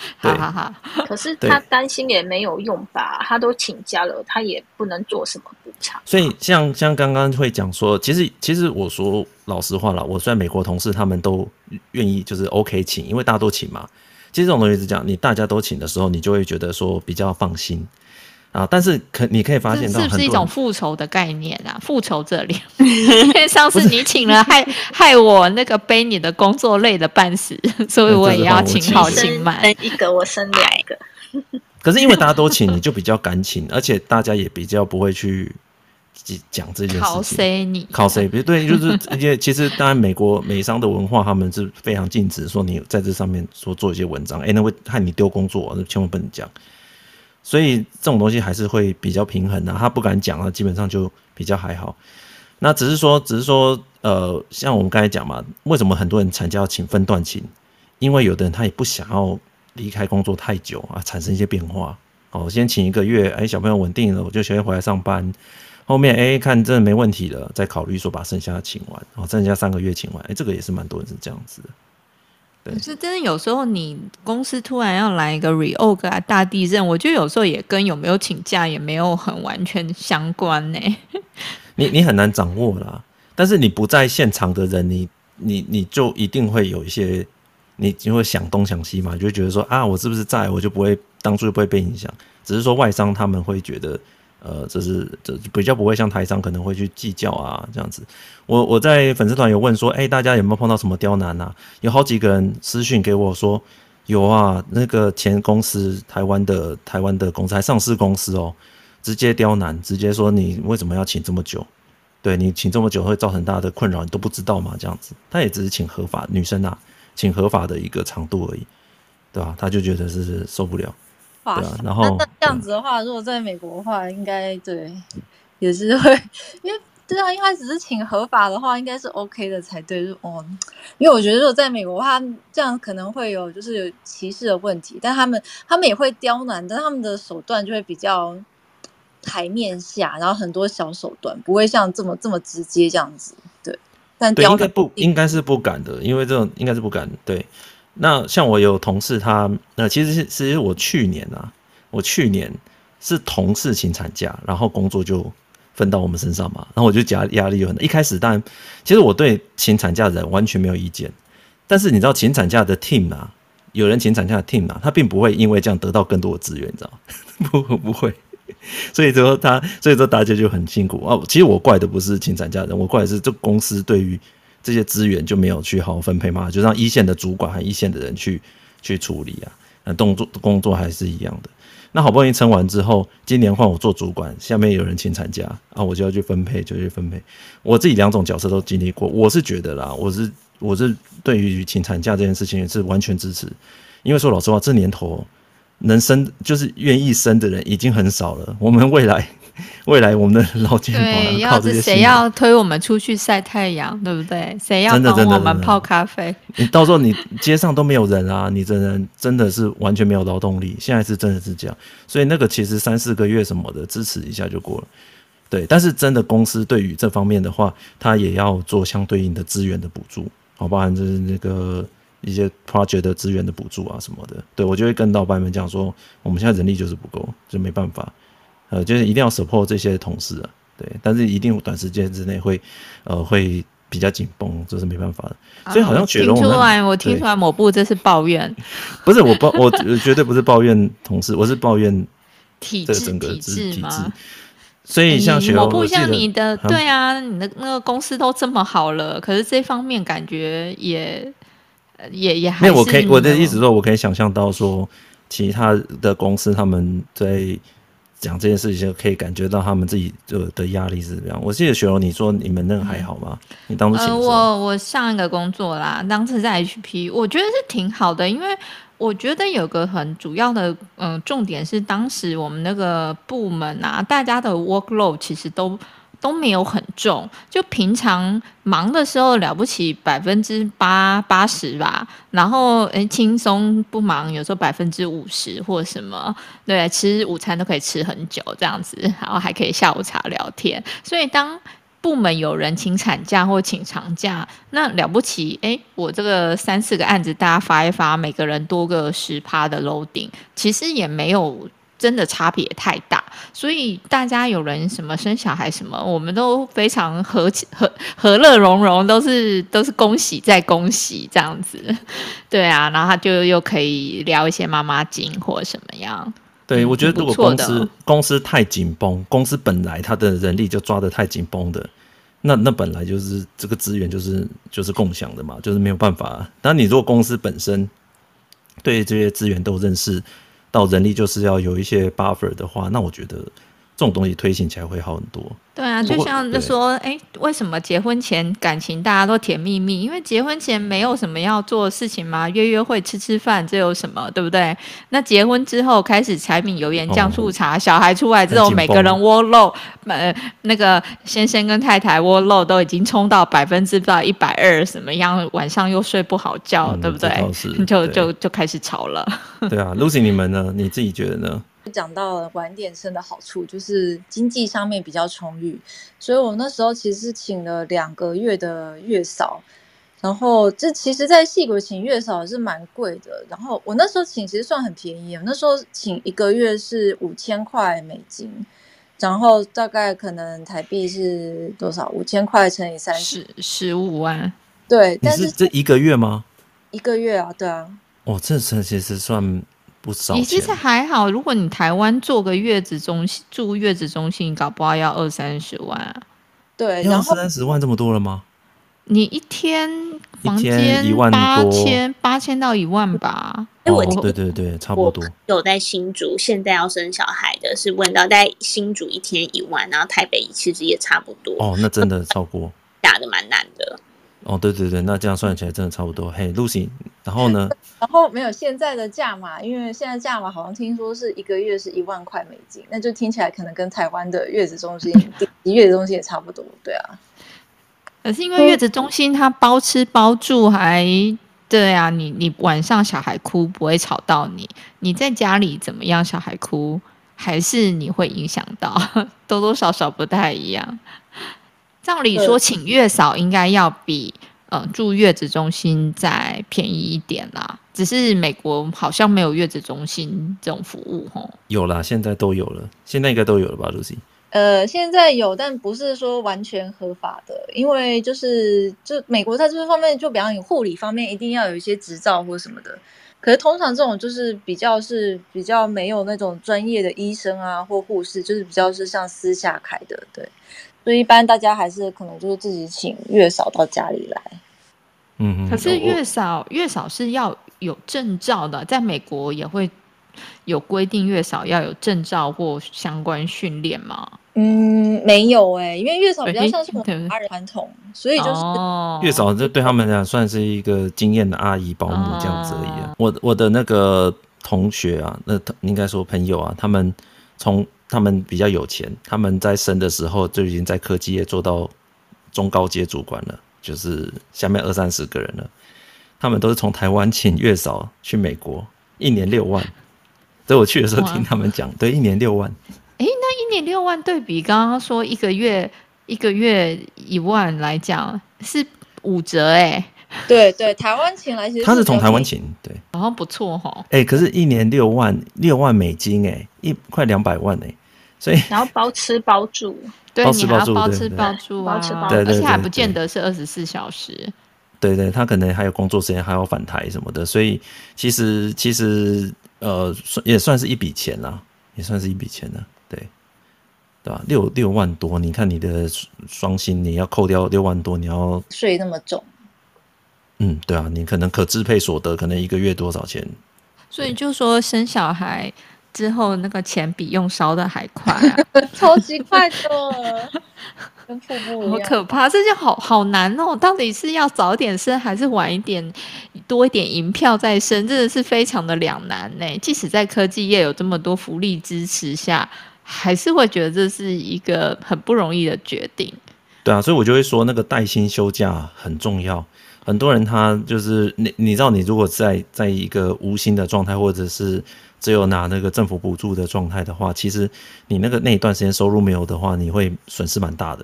好好好。 可是他担心也没有用吧，他都请假了，他也不能做什么补偿。 所以像刚刚会讲说，其实我说老实话啦，我虽然美国同事他们都愿意就是 OK 请，因为大家都请嘛。其实这种东西是这样，你大家都请的时候，你就会觉得说比较放心啊。但是你可以发现到很多人， 这是不是一种复仇的概念啊？复仇者联盟，因为上次你请了害我那个背你的工作累得半死，所以我也要请好请满。 生一个我生两个。 可是因为大家都请，你就比较敢请，而且大家也比较不会去讲这件事情。 靠谁你？ 靠谁？对，就是因为其实当然美商的文化，他们是非常禁止说你在这上面说做一些文章，那会害你丢工作，千万不能讲。所以这种东西还是会比较平衡的，他不敢讲啊，基本上就比较还好。那只是说，像我们刚才讲嘛，为什么很多人产假要请分段请？因为有的人他也不想要离开工作太久啊，产生一些变化。我先请1个月，小朋友稳定了，我就先回来上班。后面看真的没问题了，再考虑说把剩下的请完，剩下3个月请完。这个也是蛮多人是这样子的。 可是真的有时候你公司突然要来一个 reorg 啊大地震，我觉得有时候也跟有没有请假也没有很完全相关呢。 你很难掌握啦，但是你不在现场的人，你就一定会有一些，你就会想东想西嘛，就会觉得说啊，我是不是在，我就不会当初就不会被影响。只是说外商他们会觉得，这比较不会像台商可能会去计较啊这样子。我在粉丝团有问说，大家有没有碰到什么刁难啊？有好几个人私讯给我说，有啊，那个前公司台湾的公司还上市公司哦，直接刁难，直接说你为什么要请这么久？对，你请这么久会造成大家的困扰，你都不知道吗？这样子，他也只是请合法女生啊，请合法的一个长度而已，对吧？他就觉得是受不了。对啊，然后那这样子的话，如果在美国的话，应该对也是会，因为对啊，因为他只是请合法的话，应该是 OK 的才对。因为我觉得如果在美国的话，这样可能会有就是有歧视的问题，但他们也会刁难，但他们的手段就会比较台面下，然后很多小手段，不会像这么直接这样子。对，但对应该是不敢的，因为这种应该是不敢。对。那像我有同事其实我去年是同事请产假，然后工作就分到我们身上嘛，然后我就压力有很大。一开始当然，其实我对请产假的人完全没有意见，但是你知道请产假的 team 啊，有人请产假的 team 啊，他并不会因为这样得到更多的资源，你知道吗？不会。所以说大家就很辛苦啊。其实我怪的不是请产假的人，我怪的是这公司对于这些资源就没有去好好分配嘛，就让一线的主管和一线的人去处理啊，工作还是一样的。那好不容易撑完之后，今年换我做主管，下面有人请产假啊，我就要去分配，我自己2种角色都经历过，我是觉得啦，我是对于请产假这件事情是完全支持，因为说老实话，这年头能生就是愿意生的人已经很少了，我们未来我们的劳健保靠这些谁要推我们出去晒太阳，对不对？谁要帮我们泡咖啡？ 你到时候你街上都没有人啊，你真的是完全没有劳动力。现在是真的是这样，所以那个其实3-4个月什么的支持一下就过了。对，但是真的公司对于这方面的话，他也要做相对应的资源的补助，包含就是那个一些 project 的资源的补助啊什么的。对，我就会跟老板们讲说，我们现在人力就是不够，就没办法。就是一定要 support 这些同事啊，对，但是一定短时间之内会比较紧绷，这是没办法的。所以好像雪龙， 我听出来某部这是抱怨， 不是我绝对不是抱怨同事，我是抱怨体制整个体制吗？ 所以像雪龙， 某部像你的对啊，你的那个公司都这么好了，可是这方面感觉也还是我的意思说，我可以想象到说，其他的公司他们在讲这件事情，可以感觉到他们自己的压力是怎么样。我记得雪柔，你说你们那个还好吗？你当初请的时候我上一个工作啦，当时在 HP， 我觉得是挺好的，因为我觉得有个很主要的重点是，当时我们那个部门啊，大家的 workload 其实都没有很重，就平常忙的时候了不起80%吧，然后轻松不忙有时候50%或什么，对，吃午餐都可以吃很久这样子，然后还可以下午茶聊天。所以当部门有人请产假或请长假，那了不起，我这个3-4个案子大家发一发，每个人多个10%的 loading， 其实也没有真的差别太大，所以大家有人什么生小孩什么，我们都非常和乐融融，都是恭喜再恭喜这样子，对啊，然后他就又可以聊一些妈妈经或什么样。 对，我觉得如果公司太紧绷，公司本来他的人力就抓得太紧绷的，那本来就是这个资源就是共享的嘛，就是没有办法。那你如果公司本身对这些资源都认识到，人力就是要有一些 buffer 的话，那我觉得这种东西推行起来会好很多。 对啊，就像就说，为什么结婚前感情大家都甜蜜蜜？因为结婚前没有什么要做的事情嘛，约会、吃饭，这有什么，对不对？那结婚之后开始柴米油盐酱醋茶，小孩出来之后，每个人workload，那个先生跟太太workload都已经冲到120%，什么样？晚上又睡不好觉，对不对？就开始吵了。 对啊，Lucy， 你们呢？你自己觉得呢？ 讲到晚点生的好处，就是经济上面比较充裕，所以我那时候其实是请了2个月的月嫂，然后这其实在矽谷请月嫂是蛮贵的，然后我那时候请其实算很便宜，我那时候请1个月是5000块美金，然后大概可能台币是多少？5000块乘以 15万。 对，但是这1个月吗 ？1个月啊，对啊。 哦，这其实算不少钱。 其实还好，如果你台湾做个月子中心，住月子中心，搞不好要20-30万啊。 对， 要20-30万这么多了吗？ 你一天房间 1万多 ，8000到1万吧。 对，差不多。 有在新竹，现在要生小孩的是问到在新竹1天1万，然后台北其实也差不多。 哦，那真的超过， 打的蛮难的。 哦，对，那这样算起来真的差不多。嘿 ，Lucy， 然后呢？ 然后没有现在的价码，因为现在价码好像听说是1个月是1万块美金，那就听起来可能跟台湾的月子中心、顶级月子中心也差不多，对啊。 可是因为月子中心它包吃包住，对啊，你晚上小孩哭不会吵到你，你在家里怎么样，小孩哭还是你会影响到，多多少少不太一样。照理说，请月嫂应该要比住月子中心再便宜一点啦，只是美国好像没有月子中心这种服务吼。 有啦，现在都有了，现在应该都有了吧 ，Lucy？ 现在有，但不是说完全合法的，因为就美国在这方面，就比方你护理方面一定要有一些执照或什么的。可是通常这种就是比较没有那种专业的医生啊或护士，就是比较是像私下开的，对。所以一般大家还是可能就是自己请月嫂到家里来。 可是月嫂是要有证照的，在美国也会有规定月嫂要有证照或相关训练吗？ 没有因为月嫂比较像是我们华人传统，所以就是月嫂这对他们来讲算是一个经验的阿姨保姆这样子而已啊。我的那个同学啊，那应该说朋友啊，他们比较有钱，他们在生的时候就已经在科技业做到中高阶主管了，就是下面20-30个人了。他们都是从台湾请月嫂去美国，1年6万。所以我去的时候听他们讲，对，1年6万。 那1年6万对比刚刚说1个月1万来讲是5折对，台湾请来其实他是从台湾请，对， 好像不错哈。 可是1年6万美金快200万所以然后包吃包住， 对，你还要包吃包住啊，而且还不见得是24小时。 对，他可能还有工作时间，还要返台什么的，所以其实也算是一笔钱啦，对吧？6万多，你看你的双薪，你要扣掉6万多，你要税那么重。 对啊，你可能可支配所得可能1个月多少钱？ 所以就说生小孩之后那个钱比用烧的还快啊， 超级快的，跟瀑布一样， 好可怕！这就好难哦，到底是要早点生还是晚一点，多一点银票再生，真的是非常的两难呢。即使在科技业有这么多福利支持下，还是会觉得这是一个很不容易的决定。 对啊，所以我就会说那个带薪休假很重要。很多人他就是你知道，你如果在一个无薪的状态，或者是只有拿那个政府补助的状态的话，其实你那一段时间收入没有的话，你会损失蛮大的。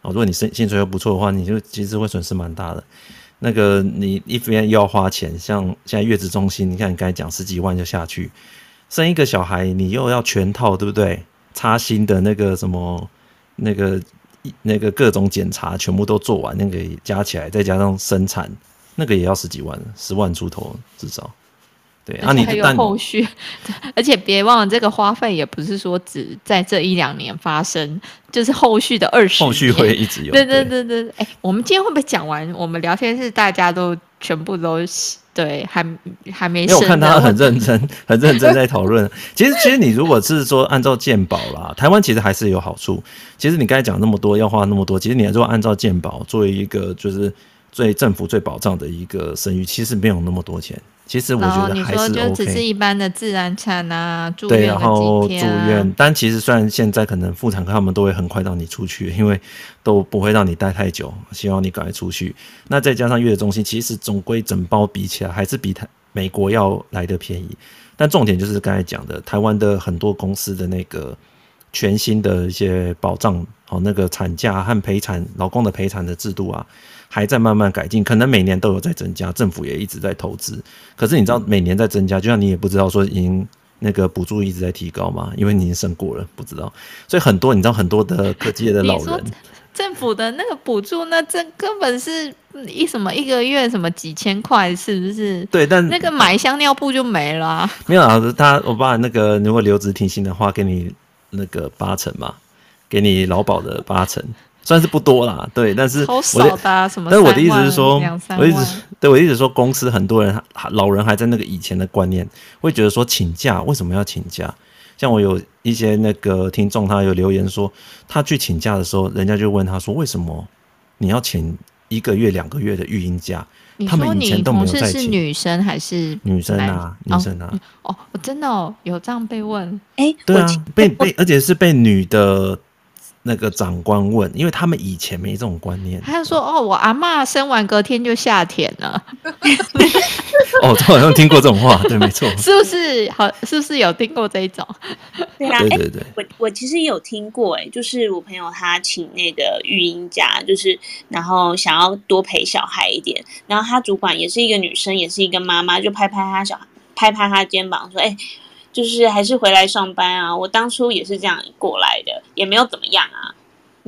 如果你薪水又不错的话，你就其实会损失蛮大的。那个你一边要花钱，像现在月子中心，你看你刚才讲10几万就下去，生一个小孩你又要全套，对不对？插心的那个什么那个各种检查全部都做完，那个加起来再加上生产，那个也要10几万，10万出头至少。对啊， 还有后续，而且别忘了这个花费也不是说只在这1-2年发生，就是后续的20年， 后续会一直有。 对。我们今天会不会讲完？我们聊天室大家都全部都对，还没生。 因为我看他很认真在讨论。其实你如果是说按照健保啦，台湾其实还是有好处。其实你刚才讲那么多，要花那么多，其实你如果按照健保作为一个就是政府最保障的一个生育，其实没有那么多钱。其实我觉得还是 OK。 你说就只是一般的自然产啊，住对， 院然后几天啊， 住院。但其实虽然现在可能妇产科他们都会很快让你出去，因为都不会让你待太久，希望你赶快出去。那再加上月子中心，其实总归整包比起来还是比美国要来的便宜。但重点就是刚才讲的，台湾的很多公司的那个全新的一些保障，那个产假和陪产劳工的陪产的制度啊，还在慢慢改进，可能每年都有在增加，政府也一直在投资。可是你知道每年在增加，就像你也不知道说已经那个补助一直在提高嘛，因为你已经生过了，不知道。所以你知道很多的科技业的老人， 政府的那个补助，那这根本是一个月什么几千块，是不是？ 对，但那个买一箱尿布就没了啊。 没有啊，我把那个如果留职停薪的话，给你那个8成嘛，给你劳保的8成。算是不多啦，对，但是超少的啊，什么？ 但是我的意思是说，我一直说公司很多人老人还在那个以前的观念，会觉得说请假为什么要请假？像我有一些那个听众，他有留言说，他去请假的时候，人家就问他说，为什么你要请1个月、2个月的育婴假？他们以前都没有在请。 你同事是女生还是女生啊？女生啊？ 哦，真的哦，有这样被问？ 对啊，而且是被女的那个长官问，因为他们以前没这种观念。 他就说：“哦，我阿嬷生完隔天就下田了。” 哦，好像听过这种话，对，没错。 是不是？是不是有听过这一种？ 对啊， 对。 我其实也有听过，就是我朋友他请那个育婴假，就是然后想要多陪小孩一点，然后他主管也是一个女生，也是一个妈妈，就拍他肩膀说：“就是还是回来上班啊！我当初也是这样过来的，也没有怎么样啊。”这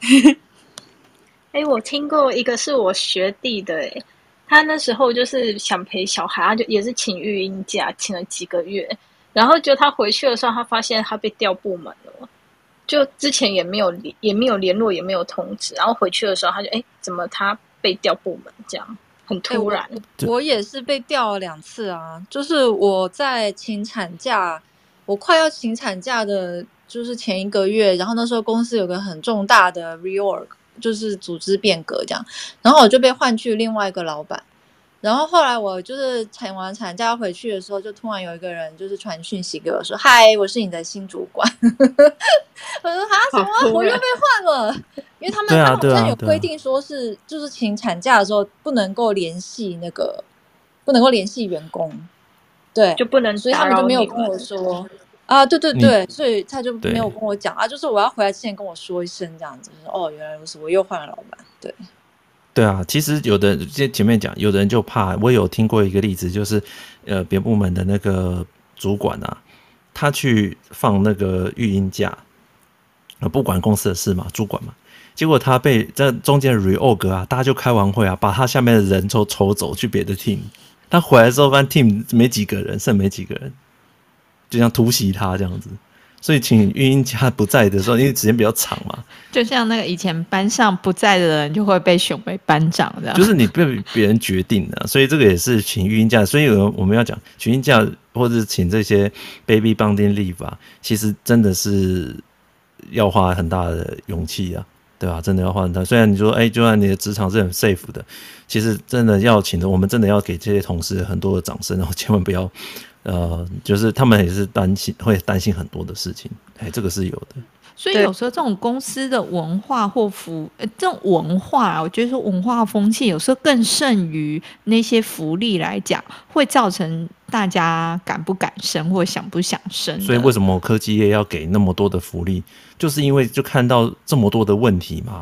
样。 我听过一个是我学弟的，他那时候就是想陪小孩，他就也是请育婴假，请了几个月，然后就他回去的时候，他发现他被调部门了，就之前也没有联络，也没有通知，然后回去的时候他就怎么他被调部门这样？很突然。 我也是被调了2次啊，就是我在请产假，我快要请产假的就是前1个月，然后那时候公司有个很重大的 reorg， 就是组织变革这样，然后我就被换去另外一个老板，然后后来我就是请完产假回去的时候，就突然有一个人就是传讯息给我说：“嗨，我是你的新主管。”我说：“哈，什么？我又被换了？”因为他们好像有规定说是就是请产假的时候不能够联系员工，对， 就不能， 所以他们就没有跟我说啊，对，所以他就没有跟我讲啊，就是我要回来之前跟我说一声这样子，说原来如此，我又换了老板， 对啊，其实有的前面讲，有的人就怕，我有听过一个例子，就是别部门的那个主管啊，他去放那个育婴假，不管公司的事嘛，主管嘛。结果他被在中间的 reorg 啊，大家就开完会啊，把他下面的人抽走去别的 team。他回来之后，发现 team 没几个人，剩没几个人，就像突袭他这样子。所以请育婴假不在的时候，因为时间比较长嘛， 就像那个以前班上不在的人就会被选为班长这样， 就是你被别人决定的，所以这个也是请育婴假。所以我们要讲请育婴假或者请这些 baby bonding leave 啊，其实真的是要花很大的勇气啊。对吧？真的要换他。虽然你说，就算你的职场是很 safe 的，其实真的要请的，我们真的要给这些同事很多的掌声，然后千万不要，就是他们也是会担心很多的事情，这个是有的。 所以有时候这种公司的文化或这种文化，我觉得说文化风气有时候更胜于那些福利来讲，会造成大家敢不敢生或想不想生。 所以为什么科技业要给那么多的福利，就是因为就看到这么多的问题嘛，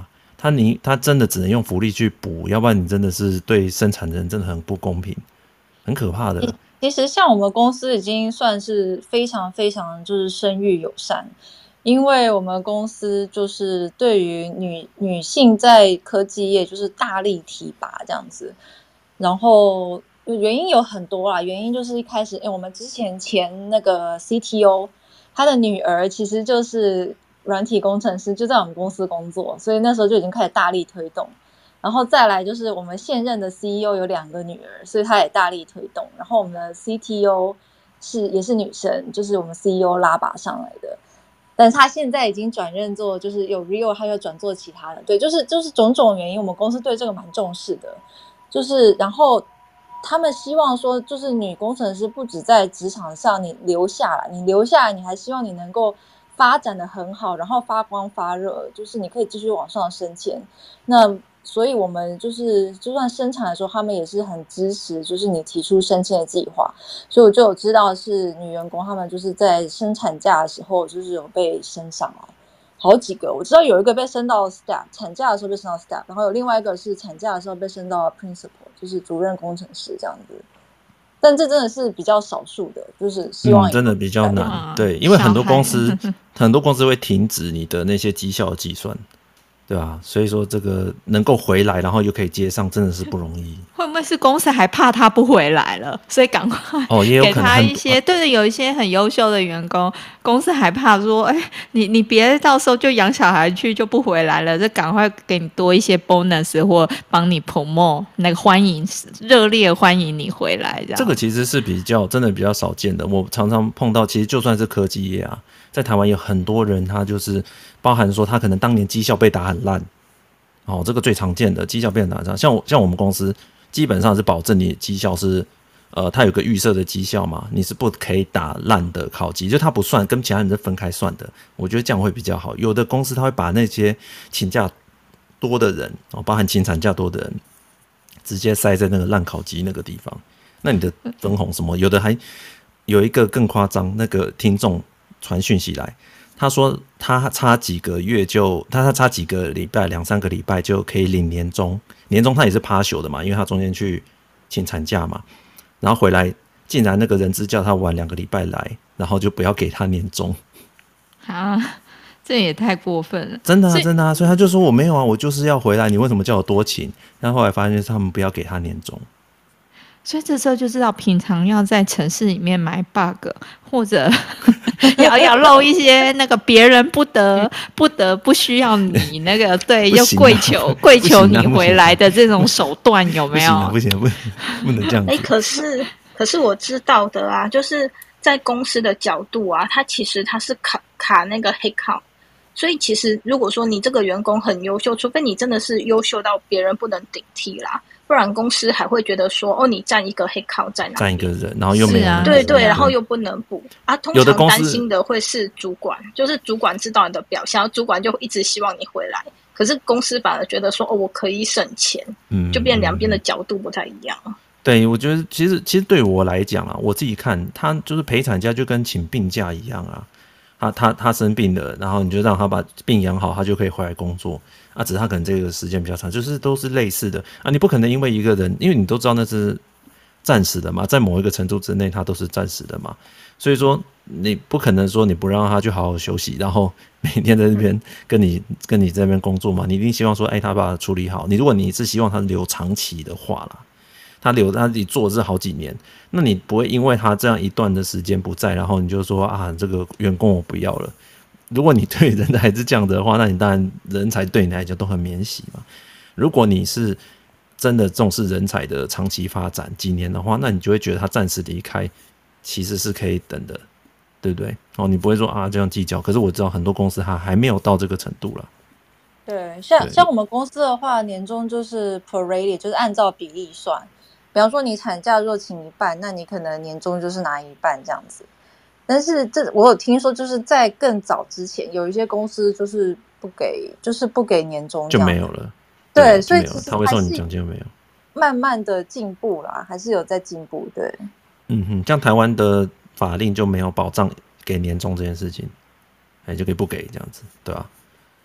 他真的只能用福利去补，要不然你真的是对生产人真的很不公平，很可怕的。 其实像我们公司已经算是非常非常就是生育友善，因为我们公司就是对于女性在科技业就是大力提拔这样子，然后原因有很多啦，原因就是一开始我们之前那个 CTO 他的女儿其实就是软体工程师，就在我们公司工作，所以那时候就已经开始大力推动。然后再来就是我们现任的 CEO 有2个女儿，所以她也大力推动。然后我们的 CTO 也是女生，就是我们 CEO 拉拔上来的，但是她现在已经转任做，就是有 Rio， 她又转做其他的，对，就是种种原因，我们公司对这个蛮重视的，就是然后他们希望说，就是女工程师不止在职场上你留下来，你还希望你能够发展的很好，然后发光发热，就是你可以继续往上升迁。那所以我们就是就算生产的时候，他们也是很支持，就是你提出升迁的计划。所以我就有知道是女员工，他们就是在生产假的时候，就是有被升上来好几个。我知道有一个被升到 staff， 产假的时候被升到 staff， 然后有另外一个是产假的时候被升到 principal， 就是主任工程师这样子。但这真的是比较少数的，就是希望真的比较难，对，因为很多公司会停止你的那些绩效的计算。对啊，所以说这个能够回来，然后又可以接上，真的是不容易。 会不会是公司还怕他不回来了，所以赶快给他一些？对，有一些很优秀的员工，公司还怕说，你别到时候就养小孩去就不回来了，就赶快给你多一些 bonus 或帮你 promote， 那个热烈欢迎你回来。 这个其实是真的比较少见的。我常常碰到，其实就算是科技业啊，在台湾有很多人，他就是包含说他可能当年绩效被打很烂，这个最常见的绩效被打很烂。像我们公司基本上是保证你的绩效是，它有个预设的绩效嘛，你是不可以打烂的考绩，就它不算，跟其他人是分开算的。我觉得这样会比较好。有的公司他会把那些请假多的人，包含请产假多的人，直接塞在那个烂考绩那个地方。那你的分红什么，有的还有一个更夸张，那个听众传讯息来，他说他差几个月他差几个礼拜2-3个礼拜就可以领年终，年终他也是partial的嘛，因为他中间去请产假嘛，然后回来竟然那个人资叫他晚2个礼拜来，然后就不要给他年终啊，这也太过分了， 真的啊真的啊，所以他就说我没有啊，我就是要回来，你为什么叫我多请？然后后来发现他们不要给他年终。 所以这时候就知道平常要在城市里面买 bug， 或者要漏一些那个别人不需要你那个对，就跪求你回来的这种手段有没有？ 不行，不能这样子。 可是我知道的啊，就是在公司的角度啊，它其实是卡那个 headcount。所以其实如果说你这个员工很优秀，除非你真的是优秀到别人不能顶替啦，不然公司还会觉得说你占一个headcount在哪里， 占一个人，然后又没有人对，然后又不能补啊。通常担心的会是主管，就是主管知道你的表现，主管就一直希望你回来。可是公司反而觉得说我可以省钱，就变两边的角度不太一样。 对，我觉得其实对我来讲啊，我自己看他就是陪产假就跟请病假一样啊。他生病了，然后你就让他把病养好，他就可以回来工作啊。只是他可能这个时间比较长，就是都是类似的啊。你不可能因为一个人，因为你都知道那是暂时的嘛，在某一个程度之内，他都是暂时的嘛。所以说你不可能说你不让他去好好休息，然后每天在那边跟你在那边工作嘛。你一定希望说，他把它处理好。如果你是希望他留长期的话啦。他自己做的是好几年，那你不会因为他这样一段的时间不在，然后你就说啊，这个员工我不要了。如果你对人还是这样的话，那你当然人才对你来讲都很免洗嘛。如果你是真的重视人才的长期发展几年的话，那你就会觉得他暂时离开其实是可以等的，对不对？你不会说啊这样计较。可是我知道很多公司他还没有到这个程度啦。 对，像我们公司的话，年终就是 prorated， 就是按照比例算。比方说你产假若请一半，那你可能年终就是拿一半这样子。但是我有听说，就是在更早之前，有一些公司就是不给年终， 就没有了。 对，所以其实他会送你奖金没有？ 慢慢的进步啦，还是有在进步。对， 像台湾的法令就没有保障给年终这件事情，就可以不给这样子，对吧？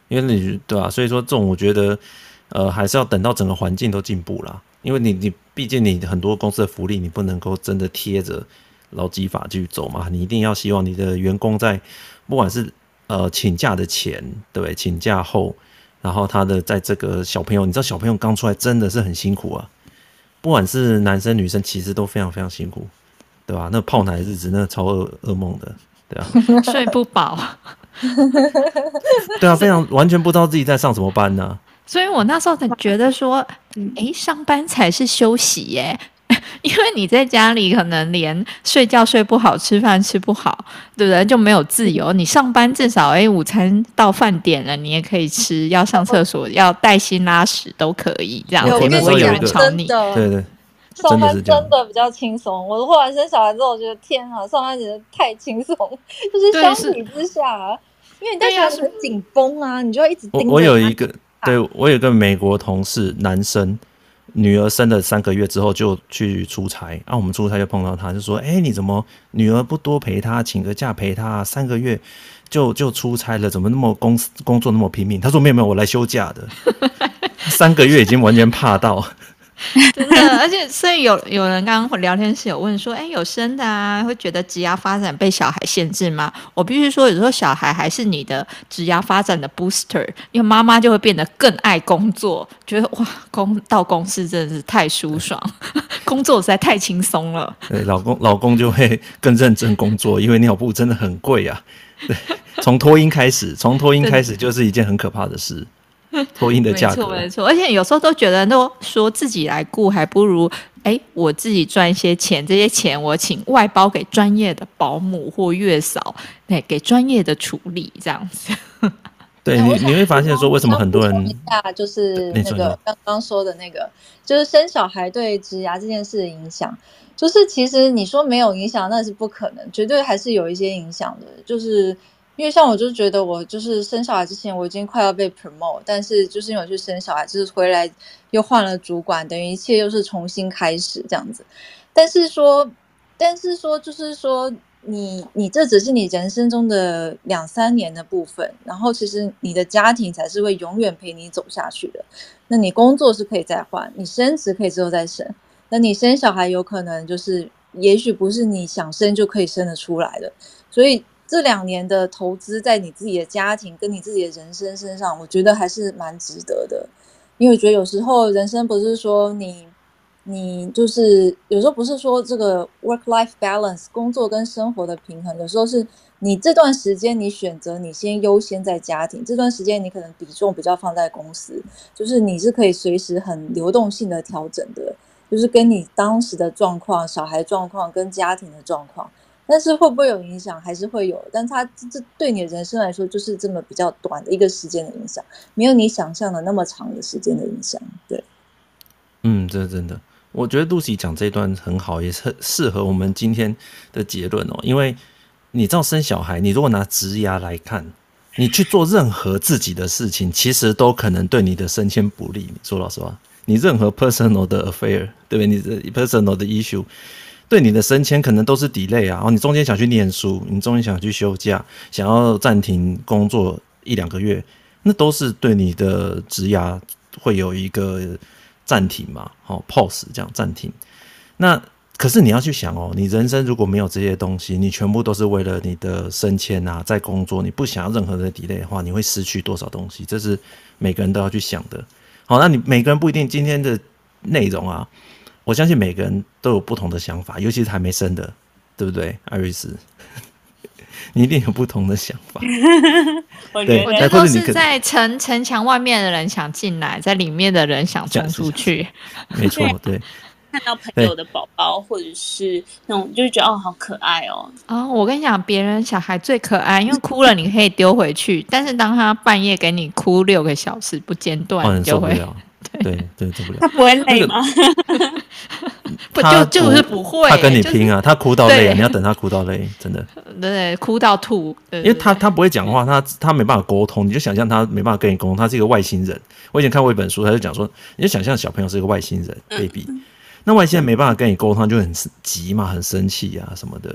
因为你对吧、所以说这种我觉得还是要等到整个环境都进步啦，因为你毕竟你很多公司的福利你不能够真的贴着劳基法去走嘛，你一定要希望你的员工在不管是请假的前，对不对？请假后，然后他的在这个小朋友，你知道小朋友刚出来真的是很辛苦啊，不管是男生女生，其实都非常非常辛苦，对吧？那泡奶的日子那超噩梦的，对啊， 睡不饱。 对啊，非常完全不知道自己在上什么班呢、啊。 所以我那时候才觉得说，上班才是休息耶。因为你在家里可能连睡觉睡不好，吃饭吃不好，对不对？就没有自由。你上班至少午餐到饭点了，你也可以吃，要上厕所要带薪拉屎都可以，这样子我那时候有一个吵你。 对对， 上班真的比较轻松。我后来生小孩之后，我觉得天啊，上班觉得太轻松，就是相比之下，因为你带小孩很紧绷啊，你就要一直盯着。 我有一个，对我有一个美国同事，男生。女儿生了3个月之后就去出差我们出差就碰到他，就说你怎么女儿不多陪她，请个假陪她3个月就出差了，怎么那么工作那么拼命？他说没有，我来休假的。3个月已经完全怕到。 真的，而且所以有人刚刚聊天室有问说，有生的啊，会觉得职业发展被小孩限制吗？我必须说，有时候小孩还是你的职业发展的 booster， 因为妈妈就会变得更爱工作，觉得哇，到公司真的是太舒爽，工作实在太轻松了。 对，老公就会更认真工作，因为尿布真的很贵啊。对，从托婴开始就是一件很可怕的事。托婴的价格没错，而且有时候都觉得都说自己来顾，还不如我自己赚一些钱，这些钱我请外包给专业的保姆或月嫂，给专业的处理这样子。 对，你会发现说为什么很多人就是那个刚刚说的那个，就是生小孩对职涯这件事的影响，就是其实你说没有影响那是不可能，绝对还是有一些影响的，就是因为像我就觉得我就是生小孩之前我已经快要被 promote， 但是就是因为我去生小孩，就是回来又换了主管，等于一切又是重新开始这样子。但是说就是说你这只是你人生中的2-3年的部分，然后其实你的家庭才是会永远陪你走下去的。那你工作是可以再换，你升职可以之后再升，那你生小孩有可能就是也许不是你想生就可以生得出来的，所以这2年的投资在你自己的家庭跟你自己的人生身上，我觉得还是蛮值得的。因为我觉得有时候人生不是说你就是有时候不是说这个 work-life balance 工作跟生活的平衡，有时候是你这段时间你选择你先优先在家庭，这段时间你可能比重比较放在公司，就是你是可以随时很流动性的调整的，就是跟你当时的状况、小孩状况跟家庭的状况。但是会不会有影响？还是会有，但它这对你的人生来说就是这么比较短的一个时间的影响，没有你想象的那么长的时间的影响。对， 这真的，我觉得 Lucy 讲这一段很好，也是适合我们今天的结论因为你知道生小孩，你如果拿职涯来看，你去做任何自己的事情，其实都可能对你的升迁不利。说老实话，你任何 personal 的 affair， 对不对？你的 personal 的 issue。对你的升迁可能都是 delay 你中间想去念书，你中间想去休假，想要暂停工作1-2个月，那都是对你的职涯会有一个暂停嘛，pause 这样暂停。那可是你要去想你人生如果没有这些东西，你全部都是为了你的升迁在工作，你不想要任何的 delay 的话，你会失去多少东西？这是每个人都要去想的。好，那你每个人不一定今天的内容我相信每个人都有不同的想法，尤其是还没生的，对不对，艾瑞斯？你一定有不同的想法。 我觉得都是在城墙外面的人想进来，在里面的人想冲出去。 没错，对。 看到朋友的宝宝，或者是那种，就是觉得好可爱我跟你讲，别人小孩最可爱，因为哭了你可以丢回去，但是当他半夜给你哭6个小时不间断，你就会。 对，受不了。 他不会累吗？ 就是不会。 他跟你拼他哭到累你要等他哭到累，真的。 对，哭到吐。 因为他不会讲话，他没办法沟通，你就想象他没办法跟你沟通，他是一个外星人。我以前看过一本书，他就讲说，你就想象小朋友是一个外星人 baby，那外星人没办法跟你沟通，就很急嘛，很生气什么的。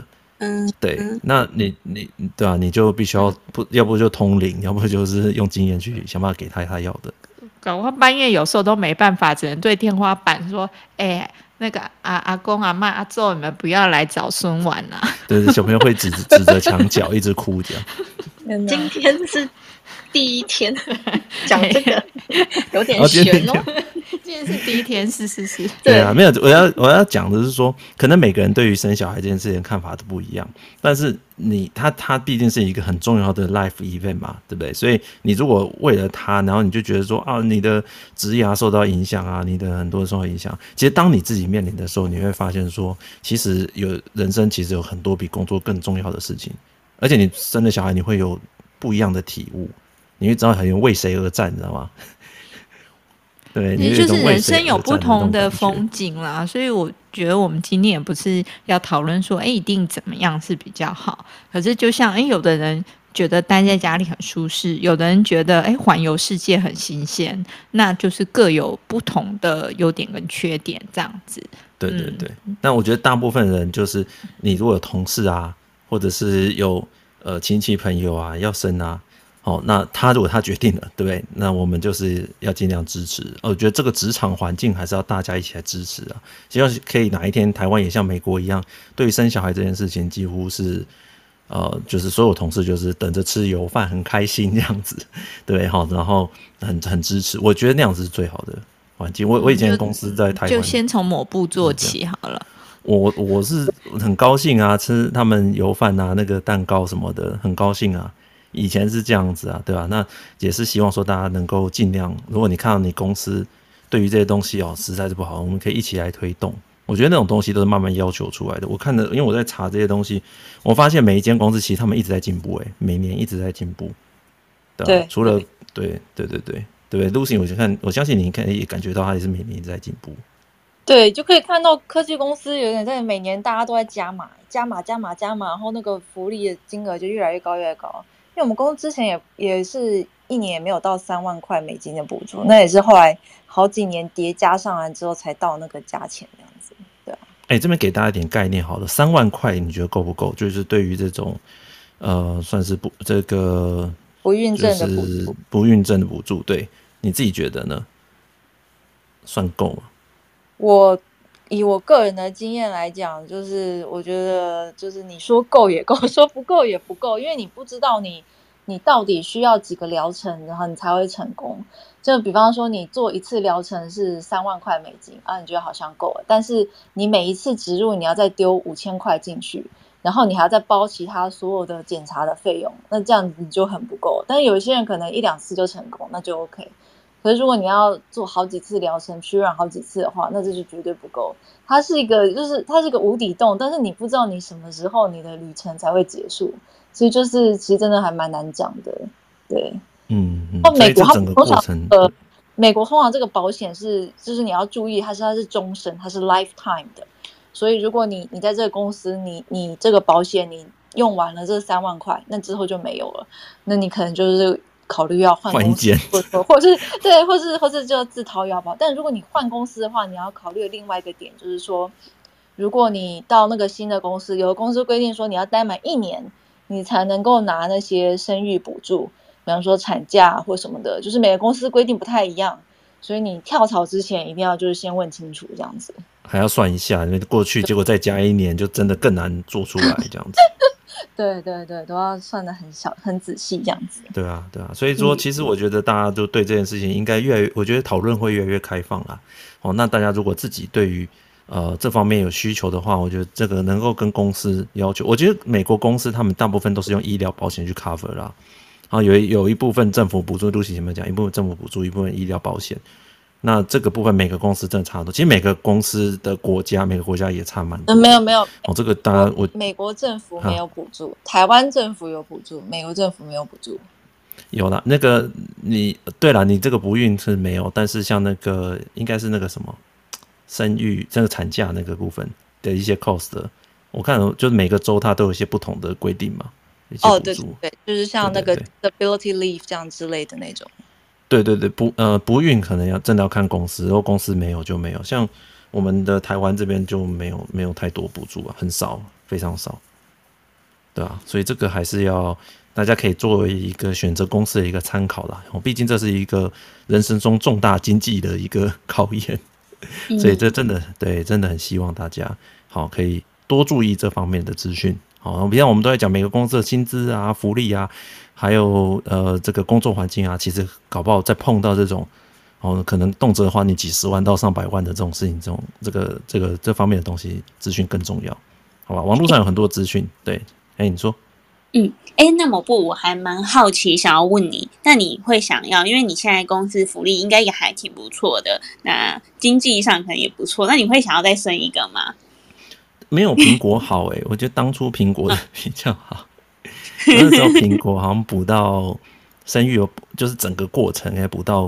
对，那你对啊，你就必须要要不就通灵，要不就是用经验去想办法给他要的。 搞我半夜有时候都没办法，只能对天花板说：“那个阿公阿嬷阿祖，你们不要来找孙玩啦。” 对，小朋友会指着墙角一直哭这样。 今天是第一天讲这个有点悬哦。 今天是第一天，是。 对啊，没有，我要讲的是说，可能每个人对于生小孩这件事情的看法都不一样，但是他毕竟是一个很重要的 life event 嘛，对不对？所以你如果为了他，然后你就觉得说啊，你的职业受到影响啊，你的很多受到影响，其实当你自己面临的时候，你会发现说，其实人生其实有很多比工作更重要的事情，而且你生了小孩，你会有不一样的体悟，你会知道很为谁而战，你知道吗？对， 其实就是人生有不同的风景啦，所以我觉得我们今天也不是要讨论说，一定怎么样是比较好。可是就像，有的人觉得待在家里很舒适，有的人觉得，环游世界很新鲜，那就是各有不同的优点跟缺点，这样子。 对。那我觉得大部分人就是，你如果有同事啊，或者是有亲戚朋友啊要生啊。那如果他决定了，对不对？那我们就是要尽量支持。我觉得这个职场环境还是要大家一起来支持啊。希望可以哪一天台湾也像美国一样，对于生小孩这件事情，几乎是就是所有同事就是等着吃油饭，很开心这样子，对，然后很支持。我觉得那样子是最好的环境。我以前公司在台湾， 就先从某部做起好了。 我是很高兴啊，吃他们油饭啊，那个蛋糕什么的，很高兴啊。以前是这样子啊，对吧？那也是希望说大家能够尽量，如果你看到你公司对于这些东西实在是不好，我们可以一起来推动。我觉得那种东西都是慢慢要求出来的。我看的，因为我在查这些东西，我发现每一间公司其实他们一直在进步，每年一直在进步。对，除了对，Lucy，我相信你可以感觉到他也是每年一直在进步。 对，就可以看到科技公司有点在每年大家都在加码，然后那个福利的金额就越来越高。因为我们公司之前也是一年也没有到3万块美金的补助，那也是后来好几年叠加上来之后才到那个价钱这样子，对啊。 这边给大家一点概念好了，3万块你觉得够不够？就是对于这种算是这个不孕症的补助， 不孕症的补助，对，你自己觉得呢？算够吗？ 以我个人的经验来讲，就是我觉得就是你说够也够，说不够也不够，因为你不知道你到底需要几个疗程，然后你才会成功。就比方说你做一次疗程是3万块美金啊，你觉得好像够了，但是你每一次植入你要再丢5000块进去，然后你还要再包其他所有的检查的费用，那这样子你就很不够。但是有些人可能1-2次就成功，那就 OK。可是如果你要做好几次疗程，去让好几次的话，那这就绝对不够。它是一个无底洞，但是你不知道你什么时候你的旅程才会结束，所以其实真的还蛮难讲的，对。美国整个过程， 美国通常这个保险就是你要注意，它是终身，它是 lifetime 的。所以如果你在这个公司，你这个保险你用完了这3万块，那之后就没有了，那你可能就是考虑要换公司，或是就自掏腰包。但如果你换公司的话，你要考虑的另外一个点就是说，如果你到那个新的公司，有的公司规定说你要待满1年，你才能够拿那些生育补助，比方说产假或什么的，就是每个公司规定不太一样，所以你跳槽之前一定要就是先问清楚这样子。 还要算一下，因为过去结果再加1年，就真的更难做出来这样子。 对，都要算得很仔细这样子。 对啊，所以说其实我觉得大家就对这件事情应该我觉得讨论会越来越开放啦。那大家如果自己对于这方面有需求的话，我觉得这个能够跟公司要求。我觉得美国公司他们大部分都是用医疗保险去 cover 啦，有一部分政府补助，Lucy前面讲，一部分政府补助，一部分医疗保险。那这个部分每个公司真的差很多，其实每个公司的每个国家也差蛮多。 没有这个当然美国政府没有补助，台湾政府有补助，美国政府没有补助。 有啦，那个对啦，你这个不孕是没有，但是像那个应该是那个什么生育这个产假那个部分的一些 cost 的，我看就是每个州它都有一些不同的规定嘛。 对，就是像那个 disability leave 这样之类的那种。 对，不孕可能真的要看公司，如果公司没有就没有。像我们的台湾这边就没有太多补助啊，很少，非常少。 对啊，所以这个还是要大家可以作为一个选择公司的一个参考啦。毕竟这是一个人生中重大经济的一个考验，所以这真的真的很希望大家可以多注意这方面的资讯。好，比如我们都在讲每个公司的薪资啊、福利啊，还有这个工作环境啊，其实搞不好再碰到这种可能动辄花你几十万到上百万的这种事情，这方面的东西资讯更重要，好吧？网络上有很多资讯，对，你说。 那某部我还蛮好奇，想要问你，那你会想要，因为你现在公司福利应该也还挺不错的，那经济上可能也不错，那你会想要再生一个吗？ 没有苹果好我觉得当初苹果的比较好，那时候苹果好像补到生育就是整个过程补到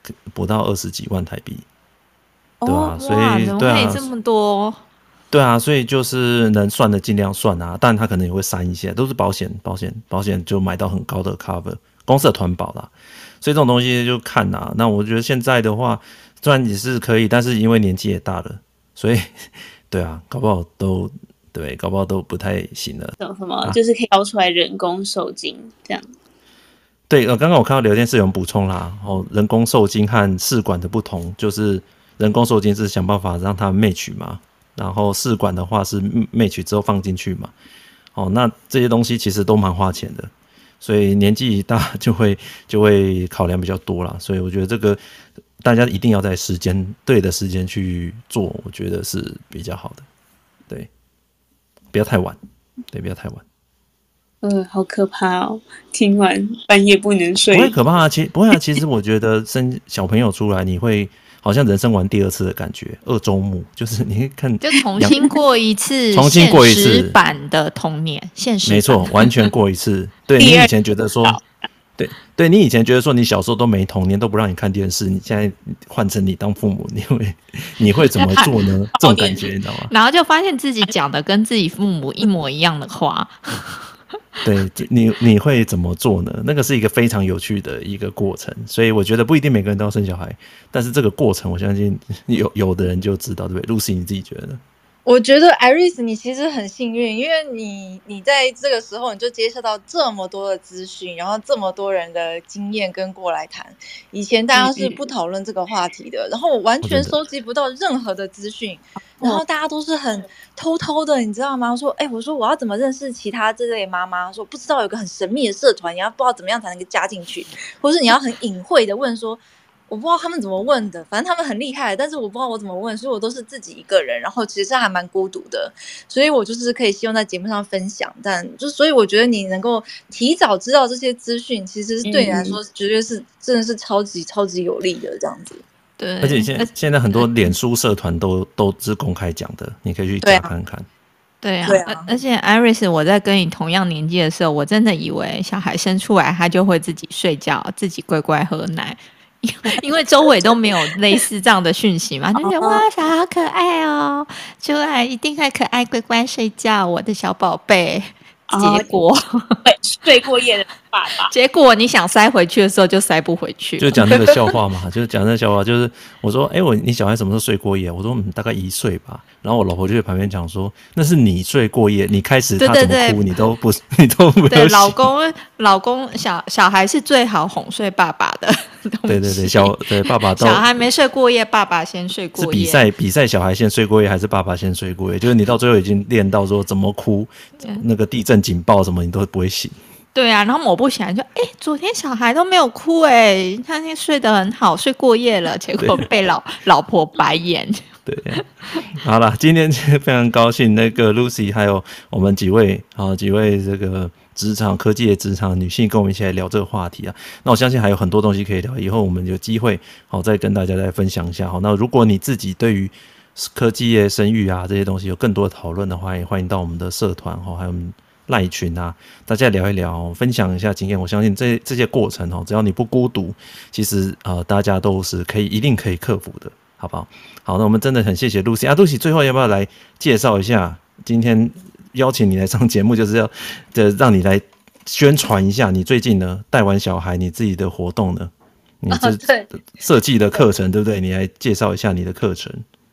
20几万台币，对啊，所以怎么可以这么多？ 对啊，所以就是能算的尽量算啊，但他可能也会删一些，都是保险就买到很高的 cover， 公司的团保啦，所以这种东西就看啊。那我觉得现在的话，虽然也是可以，但是因为年纪也大了，所以对啊，搞不好都不太行了。 什么就是可以挑出来人工受精这样。 对，刚刚我看到聊天室有人补充啦，人工受精和试管的不同，就是人工受精是想办法让它 match 嘛。然后试管的话是 match 之后放进去嘛，那这些东西其实都蛮花钱的，所以年纪大就会考量比较多啦，所以我觉得这个大家一定要在对的时间去做，我觉得是比较好的，对，不要太晚，对，不要太晚。 好可怕哦！听完半夜不能睡。 不会可怕啊，不会啊。其实我觉得生小朋友出来，你会好像人生完第二次的感觉，二周目就是你会看， 就重新过一次， 现实版的童年，现实版没错，完全过一次。对，你以前觉得说，对你以前觉得说你小时候都没童年，都不让你看电视，你现在换成你当父母，你会怎么做呢？这种感觉你知道吗？ 然后就发现自己讲的跟自己父母一模一样的话。 对，你会怎么做呢？那个是一个非常有趣的一个过程，所以我觉得不一定每个人都要生小孩，但是这个过程我相信有的人就知道，对不对 ？Lucy 你自己觉得呢？ 我觉得 Iris 你其实很幸运，因为你在这个时候你就接受到这么多的资讯，然后这么多人的经验跟过来谈。以前大家是不讨论这个话题的，然后我完全收集不到任何的资讯，然后大家都是很偷偷的，你知道吗？我说我要怎么认识其他这类妈妈？说不知道有个很神秘的社团，你要不知道怎么样才能加进去，或是你要很隐晦的问说。我不知道他们怎么问的，反正他们很厉害，但是我不知道我怎么问，所以我都是自己一个人，然后其实还蛮孤独的，所以我就是可以希望在节目上分享，但就所以我觉得你能够提早知道这些资讯，其实是对你来说绝对是真的是超级超级有利的这样子。 对， 而且现在很多脸书社团都是公开讲的，你可以去加看看。 对啊，而且 Iris 我在跟你同样年纪的时候，我真的以为小孩生出来他就会自己睡觉，自己乖乖喝奶。因为周围都没有类似这样的讯息嘛，就觉得哇，小孩好可爱哦，出来一定会可爱，乖乖睡觉，我的小宝贝。结果睡过夜的爸爸， 结果你想塞回去的时候就塞不回去， 就讲那个笑话嘛，就是讲那个笑话，就是我说，你小孩什么时候睡过夜？我说大概1岁吧。然后我老婆就在旁边讲说，那是你睡过夜，你开始他怎么哭，你都不对，老公小孩是最好哄睡爸爸的。 对，对爸爸小孩没睡过夜，爸爸先睡过夜。 是比赛小孩先睡过夜还是爸爸先睡过夜？就是你到最后已经练到说怎么哭，那个地震警报什么你都不会醒。 对啊，然后抹不起来就昨天小孩都没有哭他那天睡得很好，睡过夜了，结果被老婆白眼。 对，好了，今天非常高兴，那个 Lucy 还有我们几位这个科技的职场女性跟我们一起来聊这个话题啊。那我相信还有很多东西可以聊，以后我们有机会再跟大家来分享一下。那如果你自己对于科技业生育啊这些东西有更多的讨论的话，也欢迎到我们的社团还有我们赖群啊，大家聊一聊，分享一下经验。我相信这些过程只要你不孤独，其实大家都是一定可以克服的，好不好？好，那我们真的很谢谢 Lucy 啊 ，Lucy 最后要不要来介绍一下？今天邀请你来上节目，就是要让你来宣传一下你最近呢带完小孩你自己的活动呢，你这设计的课程对不对？你来介绍一下你的课程。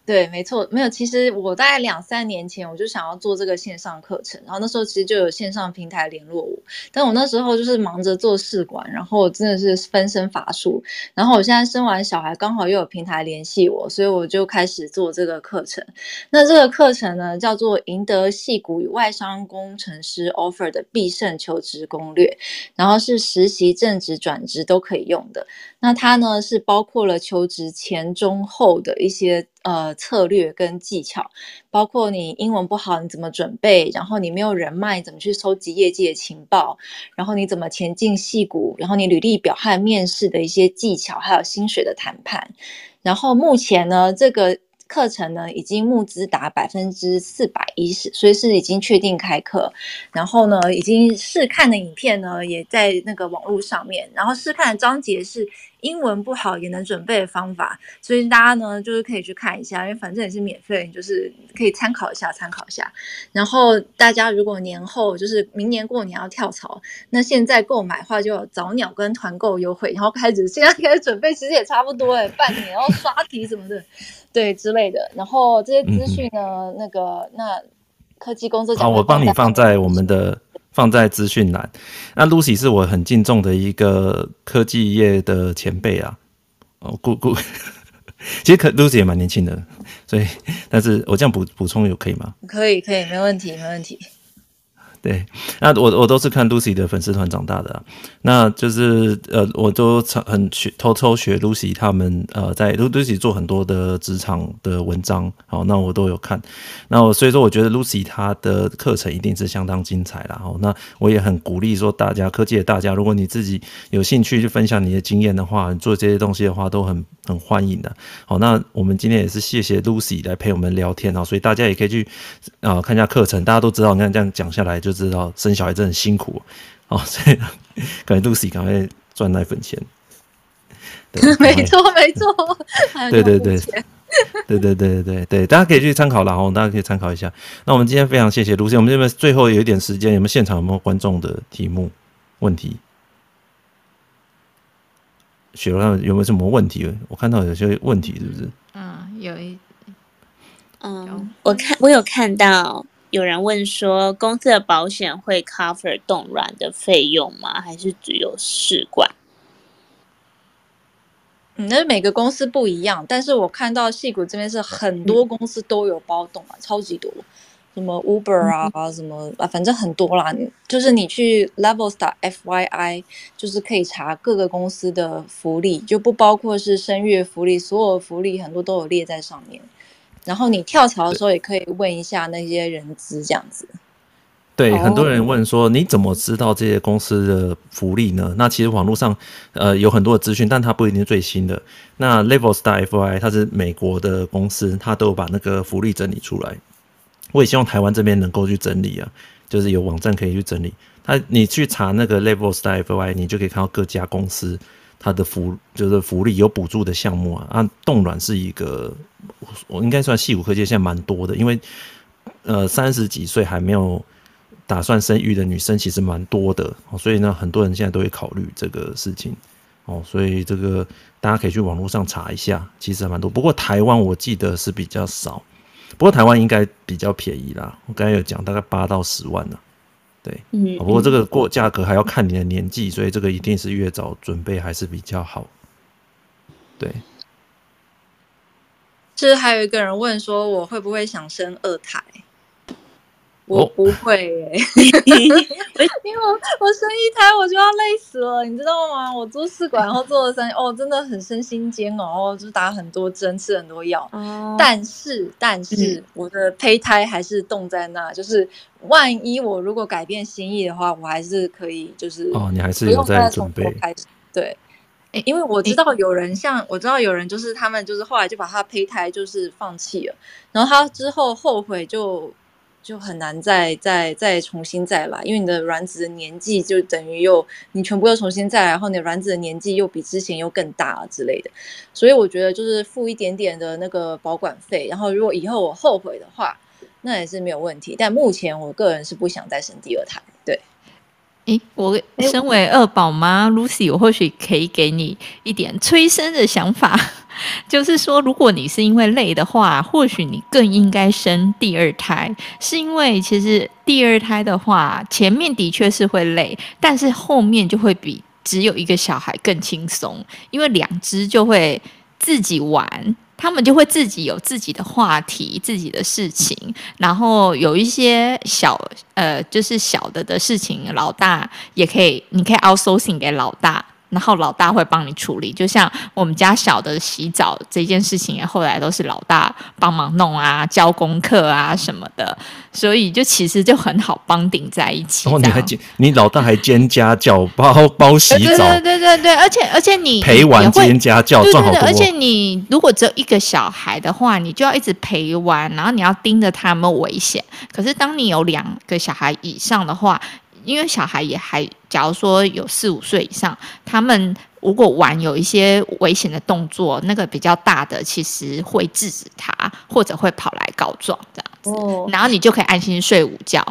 对，没错，没有。其实我大概2-3年前我就想要做这个线上课程，然后那时候其实就有线上平台联络我，但我那时候就是忙着做试管，然后我真的是分身乏术。然后我现在生完小孩，刚好又有平台联系我，所以我就开始做这个课程。那这个课程呢，叫做赢得矽谷与外商工程师 offer 的必胜求职攻略，然后是实习、正职、转职都可以用的。那它呢是包括了求职前、中、后的一些策略跟技巧，包括你英文不好你怎么准备，然后你没有人脉怎么去收集业界的情报，然后你怎么前进矽谷，然后你履历表和面试的一些技巧，还有薪水的谈判。然后目前呢，这个课程呢已经募资达410%，所以是已经确定开课。然后呢，已经试看的影片呢也在那个网络上面，然后试看的章节是英文不好也能准备的方法，所以大家呢就是可以去看一下，因为反正也是免费，就是可以参考一下。然后大家如果年后就是明年过年要跳槽，那现在购买的话就有早鸟跟团购优惠，然后现在开始准备，其实也差不多半年，然后刷题什么的，对之类的。然后这些资讯呢，那科技工作好，我帮你放在资讯栏。那 Lucy 是我很敬重的一个科技业的前辈啊。其实Lucy 也蛮年轻的，所以但是我这样补充可以吗？ 可以，没问题。 对，那我都是看 Lucy 的粉丝团长大的啊。那就是我都偷偷学 Lucy 他们在 Lucy 做很多的职场的文章，好，那我都有看。所以说我觉得 Lucy 她的课程一定是相当精彩啦。好，那我也很鼓励说大家科技的大家，如果你自己有兴趣去分享你的经验的话，你做这些东西的话都很欢迎的。好，那我们今天也是谢谢 Lucy 来陪我们聊天啊，所以大家也可以去看一下课程。大家都知道，你看这样讲下来就知道生小孩真的很辛苦哦，所以感觉 Lucy 赶快赚那份钱。 没错， 对，大家可以去参考啦，大家可以参考一下。那我们今天非常谢谢 Lucy， 我们这边最后有一点时间，有没有现场有没有观众的题目问题？雪柔有没有什么问题？我看到有些问题，是不是？ 我有看到有人问说，公司的保险会 cover 冻卵的费用吗？还是只有试管？ 那每个公司不一样，但是我看到矽谷这边是很多公司都有包冻卵，超级多，什么 Uber 啊，什么反正很多啦。就是你去 levels.fyi， 就是可以查各个公司的福利，就不包括是生育福利，所有福利很多都有列在上面。然后你跳槽的时候也可以问一下那些人资这样子。 对，很多人问说你怎么知道这些公司的福利呢？那其实网络上有很多的资讯，但它不一定是最新的。那 Levels.fyi 它是美国的公司，它都有把那个福利整理出来。我也希望台湾这边能够去整理啊，就是有网站可以去整理。你去查那个 Levels.fyi， 你就可以看到各家公司它的就是福利有补助的项目啊。冻卵是一个，我应该算矽谷科技现在蛮多的，因为30几岁还没有打算生育的女生其实蛮多的，所以呢，很多人现在都会考虑这个事情所以这个大家可以去网络上查一下，其实还蛮多。不过台湾我记得是比较少，不过台湾应该比较便宜啦。我刚才有讲大概8到10万啦，对，不过这个价格还要看你的年纪，所以这个一定是越早准备还是比较好。对， 是还有一个人问说，我会不会想生2胎？我不会因为我生1胎我就要累死了，你知道吗？我做试管然后做了3年，真的很身心煎熬，就打很多针，吃很多药。但是我的胚胎还是冻在那，就是万一我如果改变心意的话，我还是可以，就是你还是有在准备。 对。因为我知道有人就是他们就是后来就把他胚胎就是放弃了，然后他之后后悔就很难再重新再来，因为你的卵子的年纪就等于你全部又重新再来，然后你的卵子的年纪又比之前又更大之类的，所以我觉得就是付一点点的那个保管费，然后如果以后我后悔的话，那也是没有问题。但目前我个人是不想再生第2胎。对。 我身为2宝妈 Lucy， 我或许可以给你一点催生的想法。 就是说，如果你是因为累的话，或许你更应该生第二胎，是因为其实第二胎的话，前面的确是会累，但是后面就会比只有一个小孩更轻松，因为两只就会自己玩。他们就会自己有自己的话题、自己的事情，然后有一些就是小的事情，老大也可以，你可以 outsourcing 给老大，然后老大会帮你处理。就像我们家小的洗澡这件事情，后来都是老大帮忙弄啊，教功课啊什么的，所以就其实就很好帮顶在一起。 然后你老大还兼家教，包洗澡， 对，而且你陪玩兼家教，赚好多。 而且你如果只有一个小孩的话，你就要一直陪玩，然后你要盯着他有没有危险。可是当你有2个小孩以上的话，因为小孩也还，假如说有4、5岁以上，他们如果玩有一些危险的动作，那个比较大的其实会制止他，或者会跑来告状这样子，然后你就可以安心睡午觉。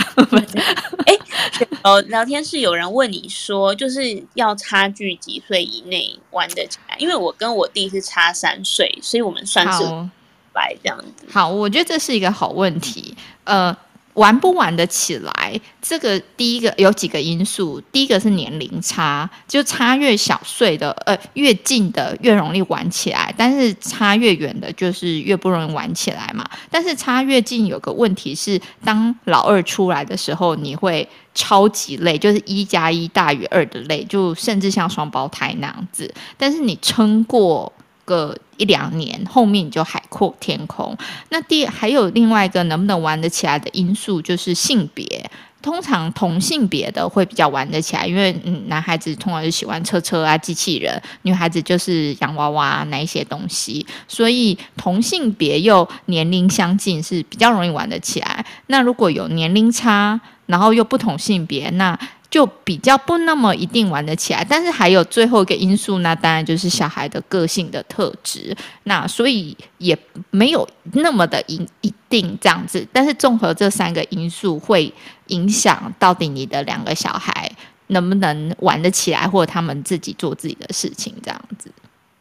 聊天室有人问你说，就是要差距几岁以内玩得起来？因为我跟我弟是差3岁，所以我们算是白这样子。 好，我觉得这是一个好问题。玩不玩得起来，这个第一个有几个因素。第一个是年龄差，就差越小岁的越近的越容易玩起来，但是差越远的就是越不容易玩起来嘛。但是差越近有个问题是，当老二出来的时候，你会超级累，就是1+1大于2的累，就甚至像双胞胎那样子。但是你撑过个1、2年，后面你就海阔天空。那还有另外一个能不能玩得起来的因素就是性别。通常同性别的会比较玩得起来，因为男孩子通常是喜欢车啊、机器人，女孩子就是洋娃娃那一些东西，所以同性别又年龄相近是比较容易玩得起来。那如果有年龄差，然后又不同性别，那就比较不那么一定玩得起来。但是还有最后一个因素，那当然就是小孩的个性的特质，那所以也没有那么的一定这样子。但是综合这3个因素会影响到底你的2个小孩能不能玩得起来，或者他们自己做自己的事情这样子。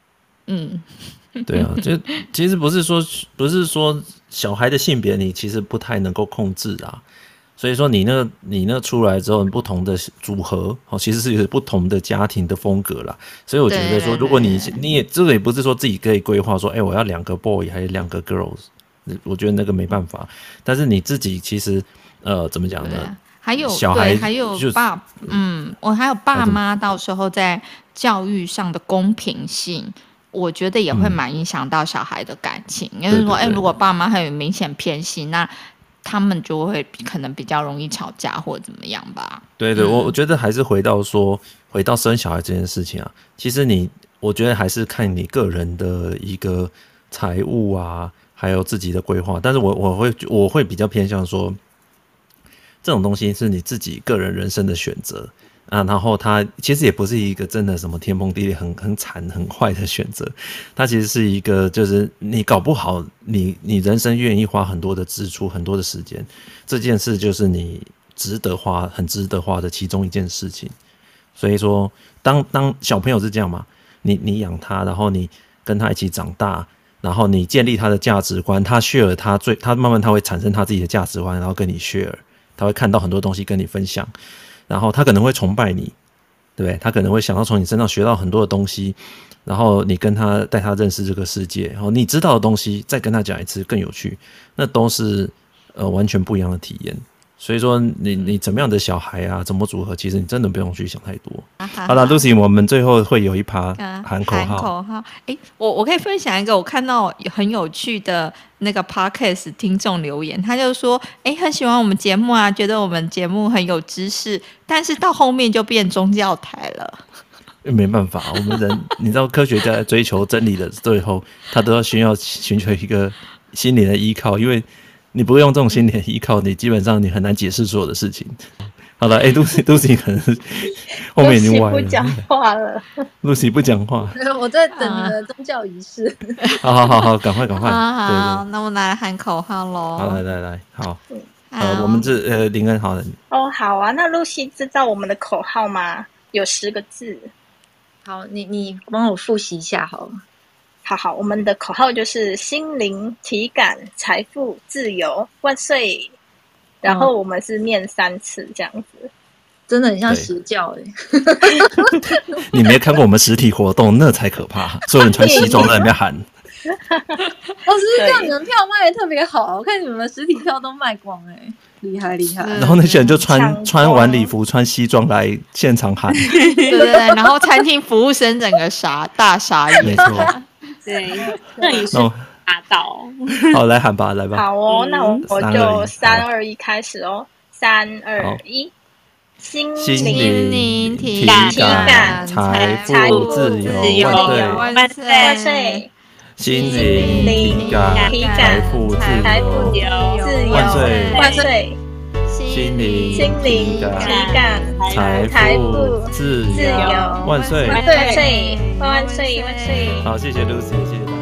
对啊，就其实不是说小孩的性别你其实不太能够控制啊。所以说你那出来之后，不同的组合其实是有不同的家庭的风格啦。所以我觉得说，如果你也这个也不是说自己可以规划说，我要2个 boy 还是2个 girls， 我觉得那个没办法。但是你自己其实怎么讲呢？ 还有小孩还有我还有爸妈到时候在教育上的公平性。我觉得也会蛮影响到小孩的感情，因为说，如果爸妈很有明显偏心，那他们就会可能比较容易吵架或者怎么样吧。 对，我觉得还是回到生小孩这件事情啊，其实我觉得还是看你个人的一个财务啊，还有自己的规划。但是我会比较偏向说，这种东西是你自己个人人生的选择啊，然后它其实也不是一个真的什么天崩地裂很惨很坏的选择，它其实是一个就是你搞不好你人生愿意花很多的支出很多的时间，这件事就是你很值得花的其中一件事情。所以说当小朋友是这样嘛，你养他，然后你跟他一起长大，然后你建立他的价值观，他 share 他慢慢他会产生他自己的价值观，然后跟你 share， 他会看到很多东西跟你分享，然后他可能会崇拜你，对不对？他可能会想要从你身上学到很多的东西，然后你带他认识这个世界，然后你知道的东西再跟他讲一次更有趣，那都是完全不一样的体验。所以说你怎么样的小孩啊，怎么组合，其实你真的不用去想太多。好了 Lucy， 我们最后会有一趴喊口号。 我可以分享一个我看到很有趣的那个 podcast 听众留言，他就说很喜欢我们节目啊，觉得我们节目很有知识，但是到后面就变宗教台了。 没办法，我们人你知道科学家在追求真理的最后，他都要寻求一个心灵的依靠，因为你不用这种心理的依靠，你基本上你很难解释所有的事情。好了，Lucy 可能后面已经歪了。 Lucy 不讲话了。 Lucy 不讲话。 我在等你的宗教仪式。 好，赶快。 好，那我来喊口号喽。 好，来，好。我们这林恩好了。 好啊，那 Lucy 知道我们的口号吗？有10个字。 好，你帮我复习一下好了。 好，我们的口号就是心灵、体感、财富、自由，万岁！然后我们是念3次这样子。 真的很像邪教你没看过我们实体活动，那才可怕，所有人穿西装在那边喊。 是这样，你们票卖的特别好，我看你们实体票都卖光厉害。 然后那些人就穿晚礼服、穿西装来现场喊， 对，然后餐厅服务生整个大傻眼， 没错， 对，那也是大到。 好，来喊吧，来吧。 好哦，那我就3、2、1开始哦，3、2、1。心灵、体感、财富、自由， 万岁！ 万岁！ 心灵、体感、财富、自由，万岁！ 万岁！ 心灵、 体感、财富、自由， 万岁！ 万岁！万岁！万岁！ 好，谢谢 Lucy，谢谢大家。